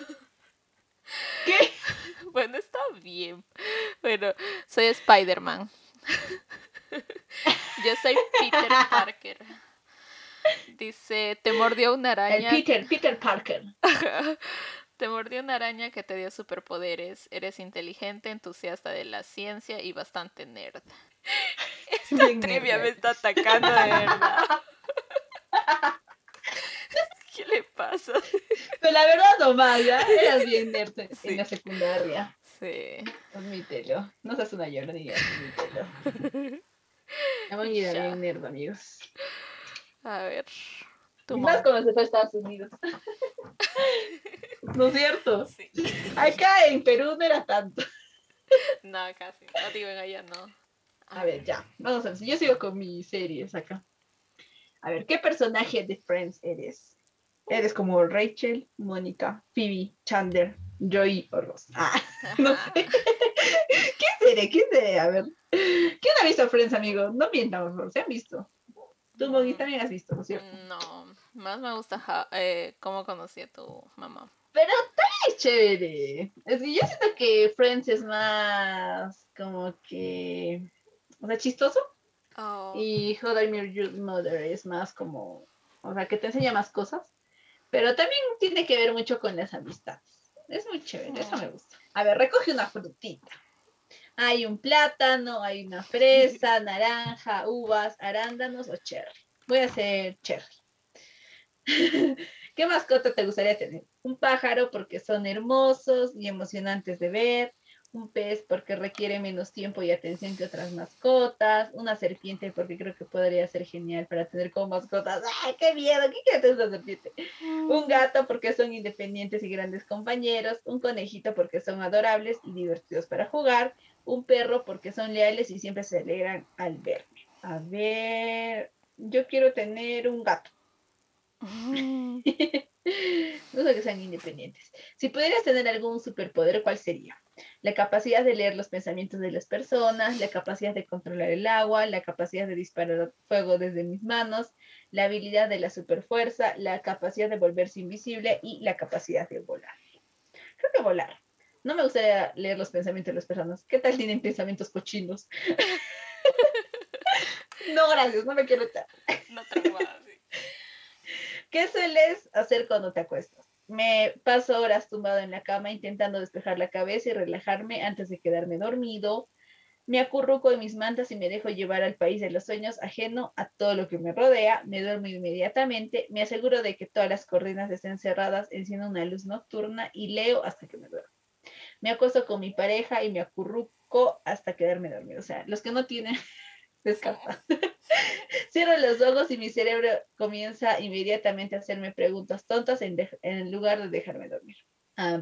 ¿Qué? Bueno, está bien. Bueno, soy Spider-Man. Yo soy Peter Parker. Dice, te mordió una El araña. Peter Parker. Te mordió una araña que te dio superpoderes. Eres inteligente, entusiasta de la ciencia y bastante nerd. Esta Bien trivia me nerd. está atacando de verdad. ¿Qué le pasa? Pero la verdad nomás, ¿ya? Eras bien nerd en Sí, la secundaria. sí. Admítelo. No seas una llorona, admítelo. La era Ya. bien nerd, amigos. A ver. Tu Y más momento. cuando se fue a Estados Unidos. ¿No es cierto? Sí. Acá en Perú no era tanto. No, casi. No digo en allá, no. A A ver. ver, ya. Vamos a ver. Yo sigo con mis series acá. A ver, ¿qué personaje de Friends eres? ¿Eres como Rachel, Mónica, Phoebe, Chandler, Joey o Ross? Ah, no sé. ¿Qué seré? ¿Qué seré? A ver. ¿Quién ha visto Friends, amigo? No mientamos, se han visto. Tú, Moggy, también has visto, ¿no es cierto? No, más me gusta cómo conocí a tu mamá. Pero también es chévere. Es que yo siento que Friends es más como que, o sea, chistoso. Oh, Y How I Met Your Mother es más como, o sea, que te enseña más cosas. Pero también tiene que ver mucho con las amistades. Es muy chévere, eso me gusta. A ver, recoge una frutita. Hay un plátano, hay una fresa, naranja, uvas, arándanos o cherry. Voy a hacer cherry. ¿Qué mascota te gustaría tener? Un pájaro porque son hermosos y emocionantes de ver. Un pez porque requiere menos tiempo y atención que otras mascotas. Una serpiente porque creo que podría ser genial para tener como mascotas. ¡Ay, qué miedo! ¿Qué quieres tener una serpiente? Un gato porque son independientes y grandes compañeros. Un conejito porque son adorables y divertidos para jugar. Un perro porque son leales y siempre se alegran al verme. A ver, yo quiero tener un gato. No sé que sean independientes. Si pudieras tener algún superpoder, ¿cuál sería? La capacidad de leer los pensamientos de las personas, la capacidad de controlar el agua, la capacidad de disparar fuego desde mis manos, la habilidad de la superfuerza, la capacidad de volverse invisible y la capacidad de volar. Creo que volar. No me gustaría leer los pensamientos de las personas. ¿Qué tal tienen pensamientos cochinos? No, gracias, no me quiero echar. no traumada, sí. ¿Qué sueles hacer cuando te acuestas? Me paso horas tumbado en la cama intentando despejar la cabeza y relajarme antes de quedarme dormido. Me acurruco en mis mantas y me dejo llevar al país de los sueños, ajeno a todo lo que me rodea. Me duermo inmediatamente. Me aseguro de que todas las cortinas estén cerradas, enciendo una luz nocturna y leo hasta que me duermo. Me acuesto con mi pareja y me acurruco hasta quedarme dormido. O sea, los que no tienen, descarta. Cierro los ojos y mi cerebro comienza inmediatamente a hacerme preguntas tontas en lugar de dejarme dormir. A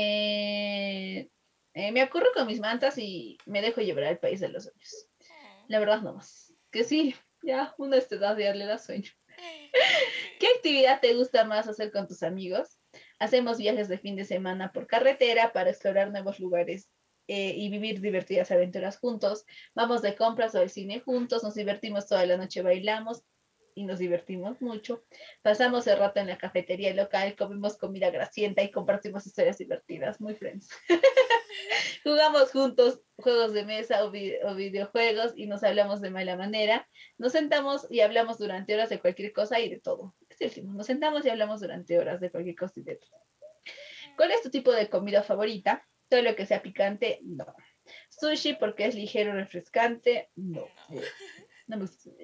ver. Me ocurro con mis mantas y me dejo llevar al país de los sueños. La verdad, no más. Que sí, ya, una esta edad ya le da sueño. ¿Qué Sí. actividad te gusta más hacer con tus amigos? Hacemos viajes de fin de semana por carretera para explorar nuevos lugares y vivir divertidas aventuras juntos. Vamos de compras o al cine juntos, nos divertimos toda la noche, bailamos y nos divertimos mucho. Pasamos el rato en la cafetería local, comemos comida grasienta y compartimos historias divertidas, muy friends. Jugamos juntos juegos de mesa o videojuegos y nos hablamos de mala manera. Nos sentamos y hablamos durante horas de cualquier cosa y de todo. Este último, nos sentamos y hablamos durante horas de cualquier cosa y de todo. ¿Cuál es tu tipo de comida favorita? Todo lo que sea picante, no. Sushi porque es ligero y refrescante, no. No me gusta.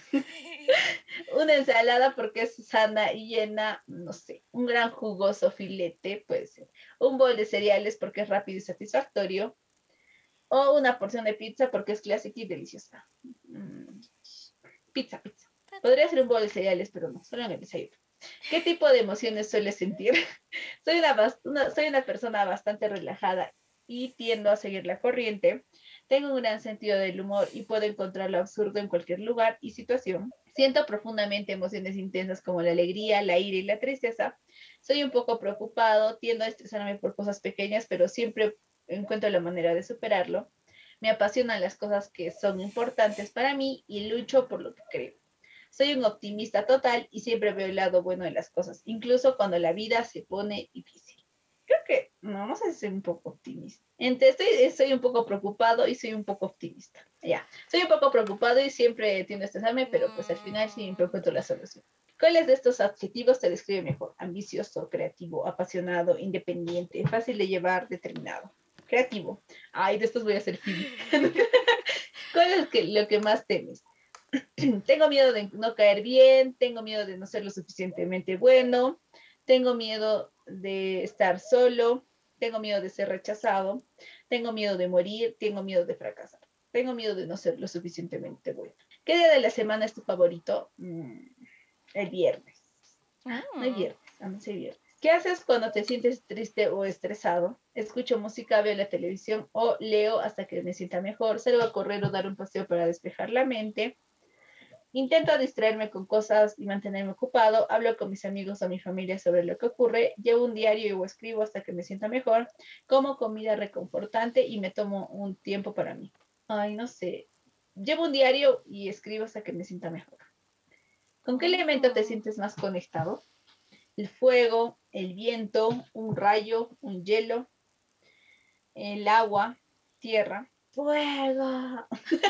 Una ensalada porque es sana y llena, no sé. Un gran jugoso filete, puede ser. Un bol de cereales porque es rápido y satisfactorio. O una porción de pizza porque es clásica y deliciosa. Mm, pizza, pizza. Podría ser un bol de cereales, pero no, solo en el desayuno. ¿Qué tipo de emociones sueles sentir? Soy una persona bastante relajada y tiendo a seguir la corriente. Tengo un gran sentido del humor y puedo encontrar lo absurdo en cualquier lugar y situación. Siento profundamente emociones intensas como la alegría, la ira y la tristeza. Soy un poco preocupado, tiendo a estresarme por cosas pequeñas, pero siempre encuentro la manera de superarlo. Me apasionan las cosas que son importantes para mí y lucho por lo que creo. Soy un optimista total y siempre veo el lado bueno de las cosas, incluso cuando la vida se pone difícil. Creo que, no sé si soy un poco optimista. Estoy un poco preocupado y soy un poco optimista. Ya, soy un poco preocupado y siempre tiendo a estresarme, pero pues al final siempre encuentro la solución. ¿Cuáles de estos adjetivos te describe mejor? Ambicioso, creativo, apasionado, independiente, fácil de llevar, determinado. Creativo. Ay, de estos voy a hacer Phoebe. ¿Cuál es lo que más temes? Tengo miedo de no caer bien, tengo miedo de no ser lo suficientemente bueno, tengo miedo de estar solo, tengo miedo de ser rechazado, tengo miedo de morir, tengo miedo de fracasar, tengo miedo de no ser lo suficientemente bueno. ¿Qué día de la semana es tu favorito? El viernes. No hay viernes, no hay viernes. ¿Qué haces cuando te sientes triste o estresado? Escucho música, veo la televisión o leo hasta que me sienta mejor. Salgo a correr o dar un paseo para despejar la mente. Intento distraerme con cosas y mantenerme ocupado. Hablo con mis amigos o mi familia sobre lo que ocurre. Llevo un diario o escribo hasta que me sienta mejor. Como comida reconfortante y me tomo un tiempo para mí. Ay, no sé. Llevo un diario y escribo hasta que me sienta mejor. ¿Con qué elemento te sientes más conectado? El fuego, el viento, un rayo, un hielo, el agua, tierra. Fuego.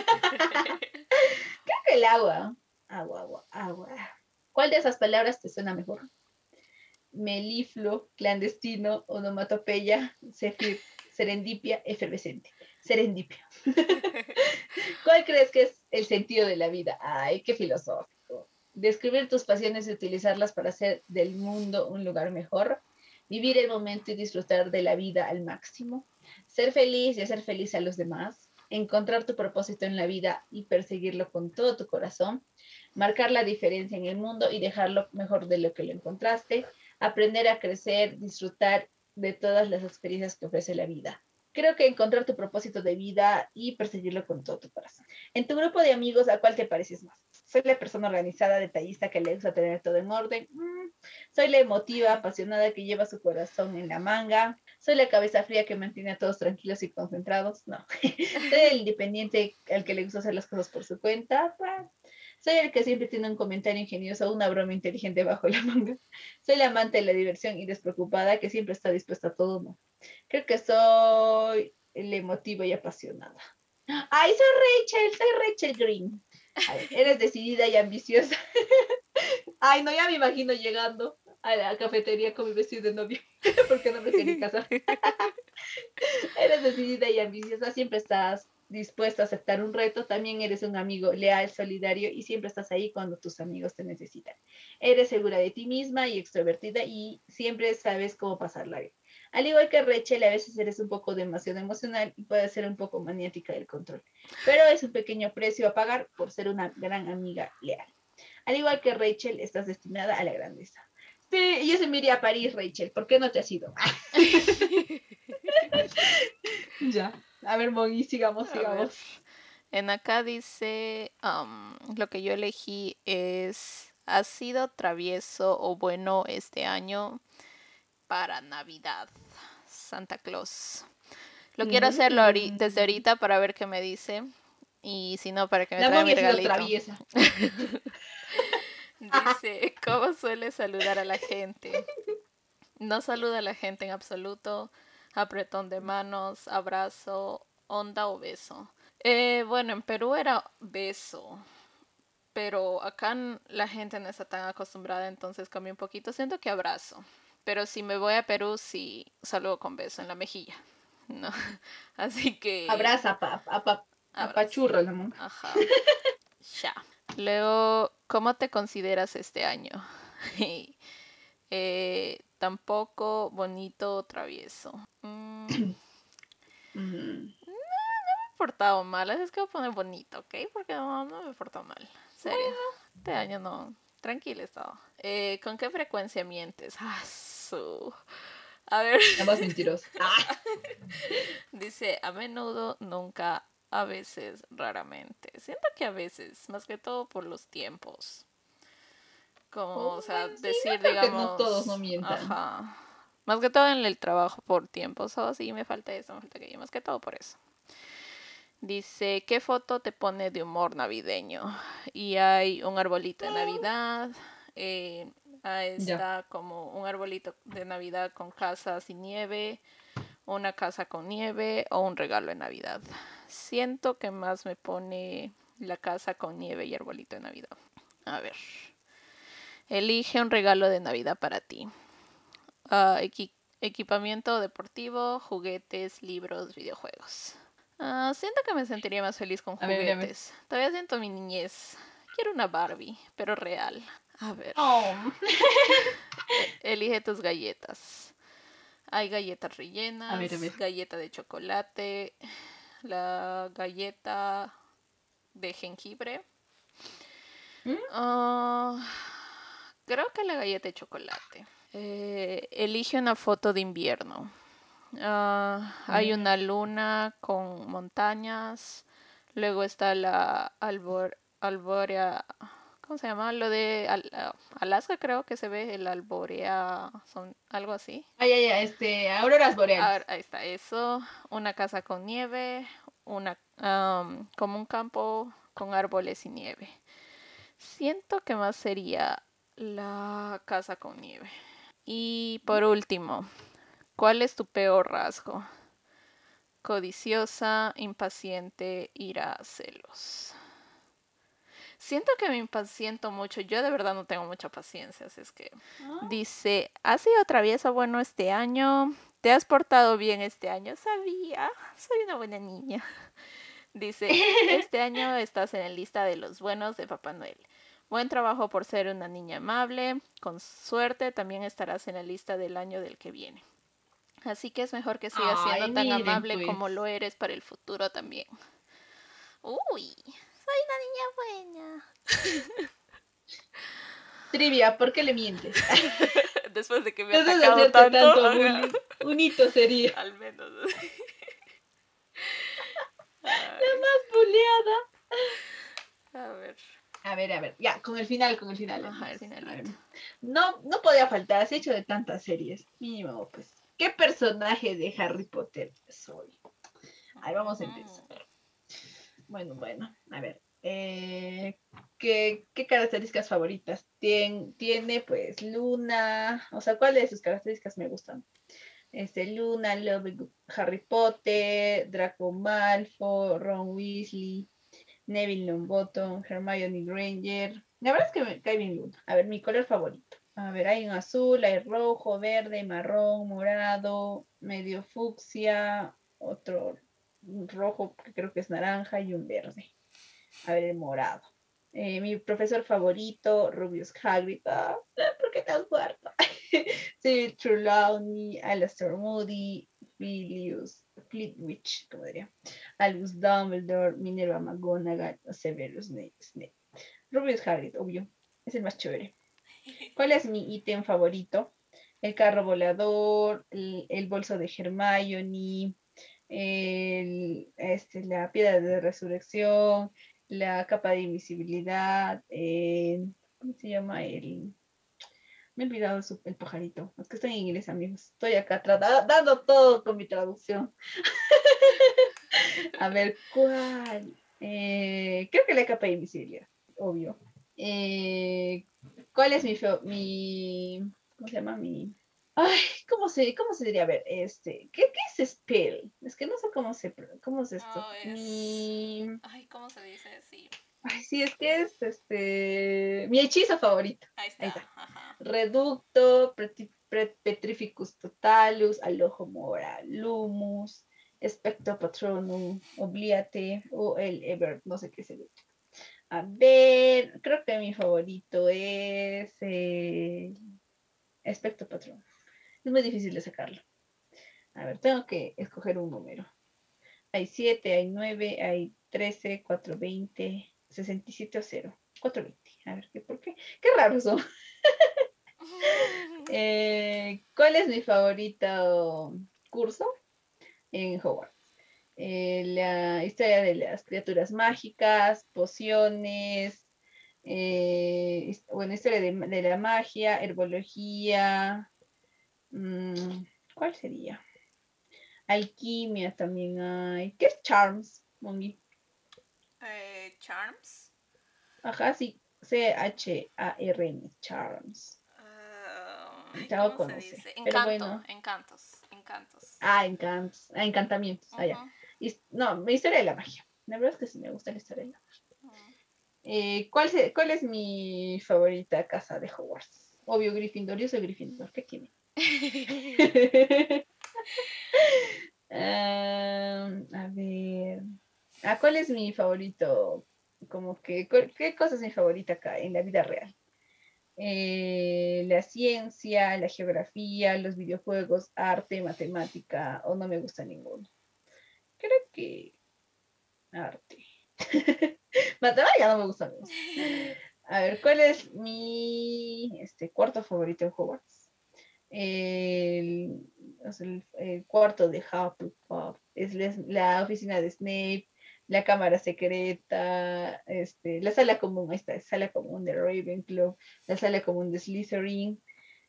Creo que el agua. Agua, agua, agua. ¿Cuál de esas palabras te suena mejor? Melifluo, clandestino, onomatopeya, cefir, serendipia, efervescente. Serendipia. ¿Cuál crees que es el sentido de la vida? Ay, qué filosófico. Describir tus pasiones y utilizarlas para hacer del mundo un lugar mejor. Vivir el momento y disfrutar de la vida al máximo. Ser feliz y hacer feliz a los demás. Encontrar tu propósito en la vida y perseguirlo con todo tu corazón. Marcar la diferencia en el mundo y dejarlo mejor de lo que lo encontraste. Aprender a crecer, disfrutar de todas las experiencias que ofrece la vida. Creo que encontrar tu propósito de vida y perseguirlo con todo tu corazón. En tu grupo de amigos, ¿a cuál te pareces más? Soy la persona organizada, detallista, que le gusta tener todo en orden. Soy la emotiva, apasionada, que lleva su corazón en la manga. Soy la cabeza fría que mantiene a todos tranquilos y concentrados. No. Soy el independiente al que le gusta hacer las cosas por su cuenta. Soy el que siempre tiene un comentario ingenioso o una broma inteligente bajo la manga. Soy la amante de la diversión y despreocupada que siempre está dispuesta a todo. No. Creo que soy el emotivo y apasionada. Ay, soy Rachel Green. A ver, eres decidida y ambiciosa. Ay, no, ya me imagino llegando a la cafetería con mi vestido de novio, porque no me quería casar. Eres decidida y ambiciosa, siempre estás dispuesta a aceptar un reto, también eres un amigo leal, solidario y siempre estás ahí cuando tus amigos te necesitan. Eres segura de ti misma y extrovertida y siempre sabes cómo pasarla bien. Al igual que Rachel, a veces eres un poco demasiado emocional y puedes ser un poco maniática del control, pero es un pequeño precio a pagar por ser una gran amiga leal. Al igual que Rachel, estás destinada a la grandeza. Sí, yo se me iría a París, Rachel. ¿Por qué no te has ido? Ya. A ver, Moggy, sigamos, A ver. sigamos. En acá dice, lo que yo elegí es, ¿has sido travieso o bueno este año para Navidad? Santa Claus. Lo quiero hacerlo desde ahorita para ver qué me dice. Y si no, para que me La traiga Moggy mi ha sido regalito. traviesa. Dice, ¿cómo suele saludar a la gente? No saluda a la gente en absoluto. Apretón de manos, abrazo, onda o beso. Bueno, en Perú era beso, pero acá la gente no está tan acostumbrada, entonces cambié un poquito. Siento que abrazo, pero si me voy a Perú, sí saludo con beso en la mejilla. No, así que Abraza, abrazo. apachurra la monja. Ajá, ya. Luego, ¿cómo te consideras este año? Tampoco bonito o travieso. Mm. Me he portado mal, es que voy a poner bonito, ¿ok? Porque no me he portado mal. En serio. Bueno, Este año no. Tranquilo he estado. ¿Con qué frecuencia mientes? A ver. la más mentirosa. Dice, a menudo, nunca, a veces, raramente. Siento que a veces, más que todo por los tiempos. Como, o sea, Bueno, sí, decir, no creo que no todos no digamos, mientan. ajá. Más que todo en el trabajo por tiempos. O sí, me falta esto, me falta aquello. Más que todo por eso. Dice, ¿qué foto te pone de humor navideño? Y hay un arbolito de Navidad. Ahí Ya. está como un arbolito de Navidad con casas y nieve, una casa con nieve o un regalo de Navidad. Siento que más me pone la casa con nieve y arbolito de Navidad. A ver. Elige un regalo de Navidad para ti. Equipamiento deportivo, juguetes, libros, videojuegos. Siento que me sentiría más feliz con A ver, a ver. juguetes. Todavía siento mi niñez. Quiero una Barbie, pero real. A ver. Oh. Elige tus galletas. Hay galletas A ver, a rellenas, ver. galleta de chocolate, la galleta de jengibre. ¿Mm? Ah, creo que la galleta de chocolate. Elige una foto de invierno. A Hay ver. una luna con montañas. Luego está la albórea. ¿Cómo se llama? Lo de Alaska, creo que se ve el alborea. Son algo así. Ay, ay, ay, auroras boreales. Ahí está eso. Una casa con nieve. Como un campo con árboles y nieve. Siento que más sería la casa con nieve. Y por último, ¿cuál es tu peor rasgo? Codiciosa, impaciente, ira, celos. Siento que me impaciento mucho. Yo de verdad no tengo mucha paciencia, así es que Ah. dice, ¿has sido travieso bueno este año? ¿Te has portado bien este año? Sabía, soy una buena niña. Dice, este año estás en la lista de los buenos de Papá Noel. Buen trabajo por ser una niña amable. Con suerte también estarás en la lista del año del que viene. Así que es mejor que sigas siendo Ay, tan miren, amable como lo pues. eres para el futuro también. Uy, soy una niña buena. Trivia, ¿por qué le mientes? Después de que me ha Después de atacado hacerte tanto, tanto bullying, un hito sería. al menos. La Ay, más bulleada. a ver. A ver, ya, con el final, Ajá, el entonces. A ver, finalito. no, no podía faltar, has hecho de tantas series. Mínimo, pues. ¿Qué personaje de Harry Potter soy? Ahí vamos a empezar. Bueno, a ver. ¿Qué características favoritas tiene? Pues Luna. O sea, ¿cuáles de sus características me gustan? Luna, Lovegood, Harry Potter, Draco Malfoy, Ron Weasley, Neville Longbottom, Hermione Granger. La verdad es que me cae bien Luna. A ver, mi color favorito. A ver, hay un azul, hay rojo, verde, marrón, morado, medio fucsia, otro rojo que creo que es naranja y un verde. A ver, el morado. Mi profesor favorito, Rubius Hagrid. ¿Por qué te has muerto? Sí, Trelawney, Alastair Moody, Filius, Flitwick, como diría, Albus Dumbledore, Minerva McGonagall, Severus Snape. Rubius Hagrid, obvio, es el más chévere. ¿Cuál es mi ítem favorito? El carro volador, el bolso de Hermione, la piedra de resurrección, la capa de invisibilidad, ¿cómo se llama? Me he olvidado el pajarito. Es que estoy en inglés, amigos. Estoy acá dando todo con mi traducción. A ver, ¿cuál? Creo que la capa de invisibilidad, obvio. Eh, ¿Cuál es ¿cómo se llama? Ay, ¿cómo se diría? A ver, ¿qué es spell? Es que no sé cómo es esto. Oh, es. Mi, Ay, ¿cómo se dice? Sí. ay, sí, es que es mi hechizo favorito. Ahí Ahí está. está. Ajá. Reducto, Petrificus Totalus, Alojo Mora, Lumus, Spectro Patronum, Obliate, o el Ever, no sé qué es el otro. A ver, creo que mi favorito es Spectro Patronum. Es muy difícil de sacarlo. A ver, tengo que escoger un número. Hay 7, hay 9, hay 13, 4, 20, 67 o 0. 4, 20. A ver, ¿por qué? Qué raros son. ¿Cuál es mi favorito curso en Hogwarts? La historia de las criaturas mágicas, pociones, bueno, historia de la magia, herbología. ¿Cuál sería? Alquimia también hay. ¿Qué es Charms, Mongi? Charms. Ajá, sí, Charm, Charms. Ay, Ya lo ¿cómo se conoce, dice? pero Encanto. bueno. Encantos. Encantos. Encantamientos. Ujú. No, mi historia de la magia. La verdad es que sí me gusta la historia de la magia. Ujú. ¿Cuál es mi favorita casa de Hogwarts? Obvio, Gryffindor. Yo soy Gryffindor. ¿Qué tiene? A ver. ¿Cuál es mi favorito? Como que, ¿qué cosa es mi favorita acá en la vida real? La ciencia, la geografía, los videojuegos, arte, matemática, o no me gusta ninguno. Creo que arte. Matemática no me gusta. A ver, ¿cuál es mi cuarto favorito en Hogwarts? El, el cuarto de Hufflepuff, es la oficina de Snape, la cámara secreta, la sala común, ahí está, sala común de Ravenclaw, la sala común de Slytherin,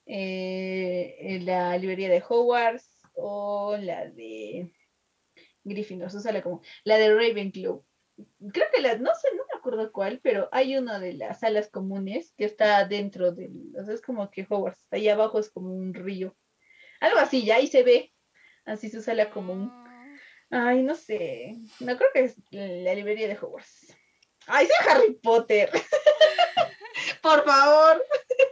la librería de Hogwarts o la de Gryffindor, su sala común, la de Ravenclaw. Creo que no sé, no me acuerdo cuál, pero hay una de las salas comunes que está dentro del, o sea, es como que Hogwarts, ahí abajo es como un río. Algo así, ya ahí se ve, así su sala común. Mm, Ay, no sé, no creo que es la librería de Hogwarts. Ay, soy Harry Potter, por favor.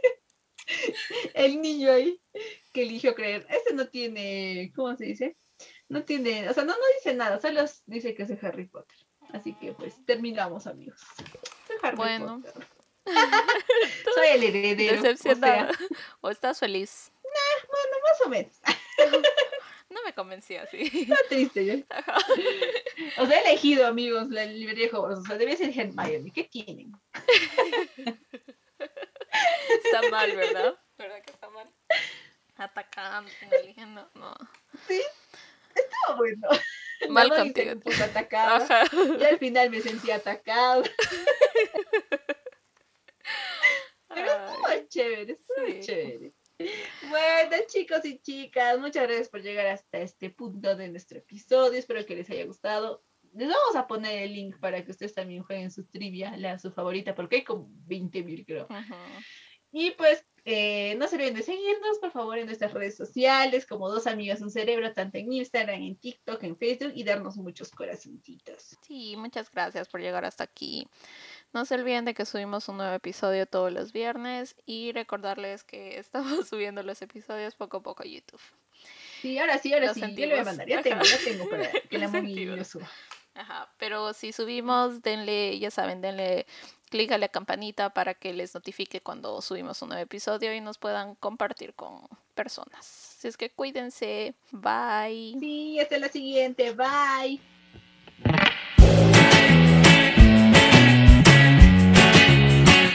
El niño ahí que eligió creer. Este no tiene, ¿cómo se dice? No tiene, o sea, no dice nada, solo dice que es Harry Potter. Así que pues terminamos, amigos. Soy Harry bueno, Potter. Soy el heredero, o decepcionada. sea, ¿O estás feliz? bueno, más o menos. No me convencí así. Está triste yo. O sea, he elegido, amigos, la librería de Hogwarts. O sea, debe ser Hermione. ¿Qué tienen? Está mal, ¿verdad? ¿Verdad que está mal? Atacando, eligiendo. No. Sí, estaba bueno. Mal Nada dice contigo. me puso atacada. Ajá. Y al final me sentí atacada. Pero Ay, estuvo chévere, estuvo sí. chévere. Bueno, chicos y chicas, muchas gracias por llegar hasta este punto de nuestro episodio. Espero que les haya gustado. Les vamos a poner el link para que ustedes también jueguen su trivia, su favorita, porque hay como 20.000, creo. Ujú. Y pues no se olviden de seguirnos, por favor, en nuestras redes sociales, como Dos Amigas Un Cerebro, tanto en Instagram, en TikTok, en Facebook, y darnos muchos corazoncitos. Sí, muchas gracias por llegar hasta aquí. No se olviden de que subimos un nuevo episodio todos los viernes y recordarles que estamos subiendo los episodios poco a poco a YouTube. Sí, ahora Lo sí, yo le voy a sentimos. mandar, Ajá. ya tengo para que Lo la Moni sentimos. lo suba. Ajá. Pero si subimos, denle, ya saben, denle clic a la campanita para que les notifique cuando subimos un nuevo episodio y nos puedan compartir con personas. Así es que cuídense. Bye. Sí, hasta la siguiente, bye.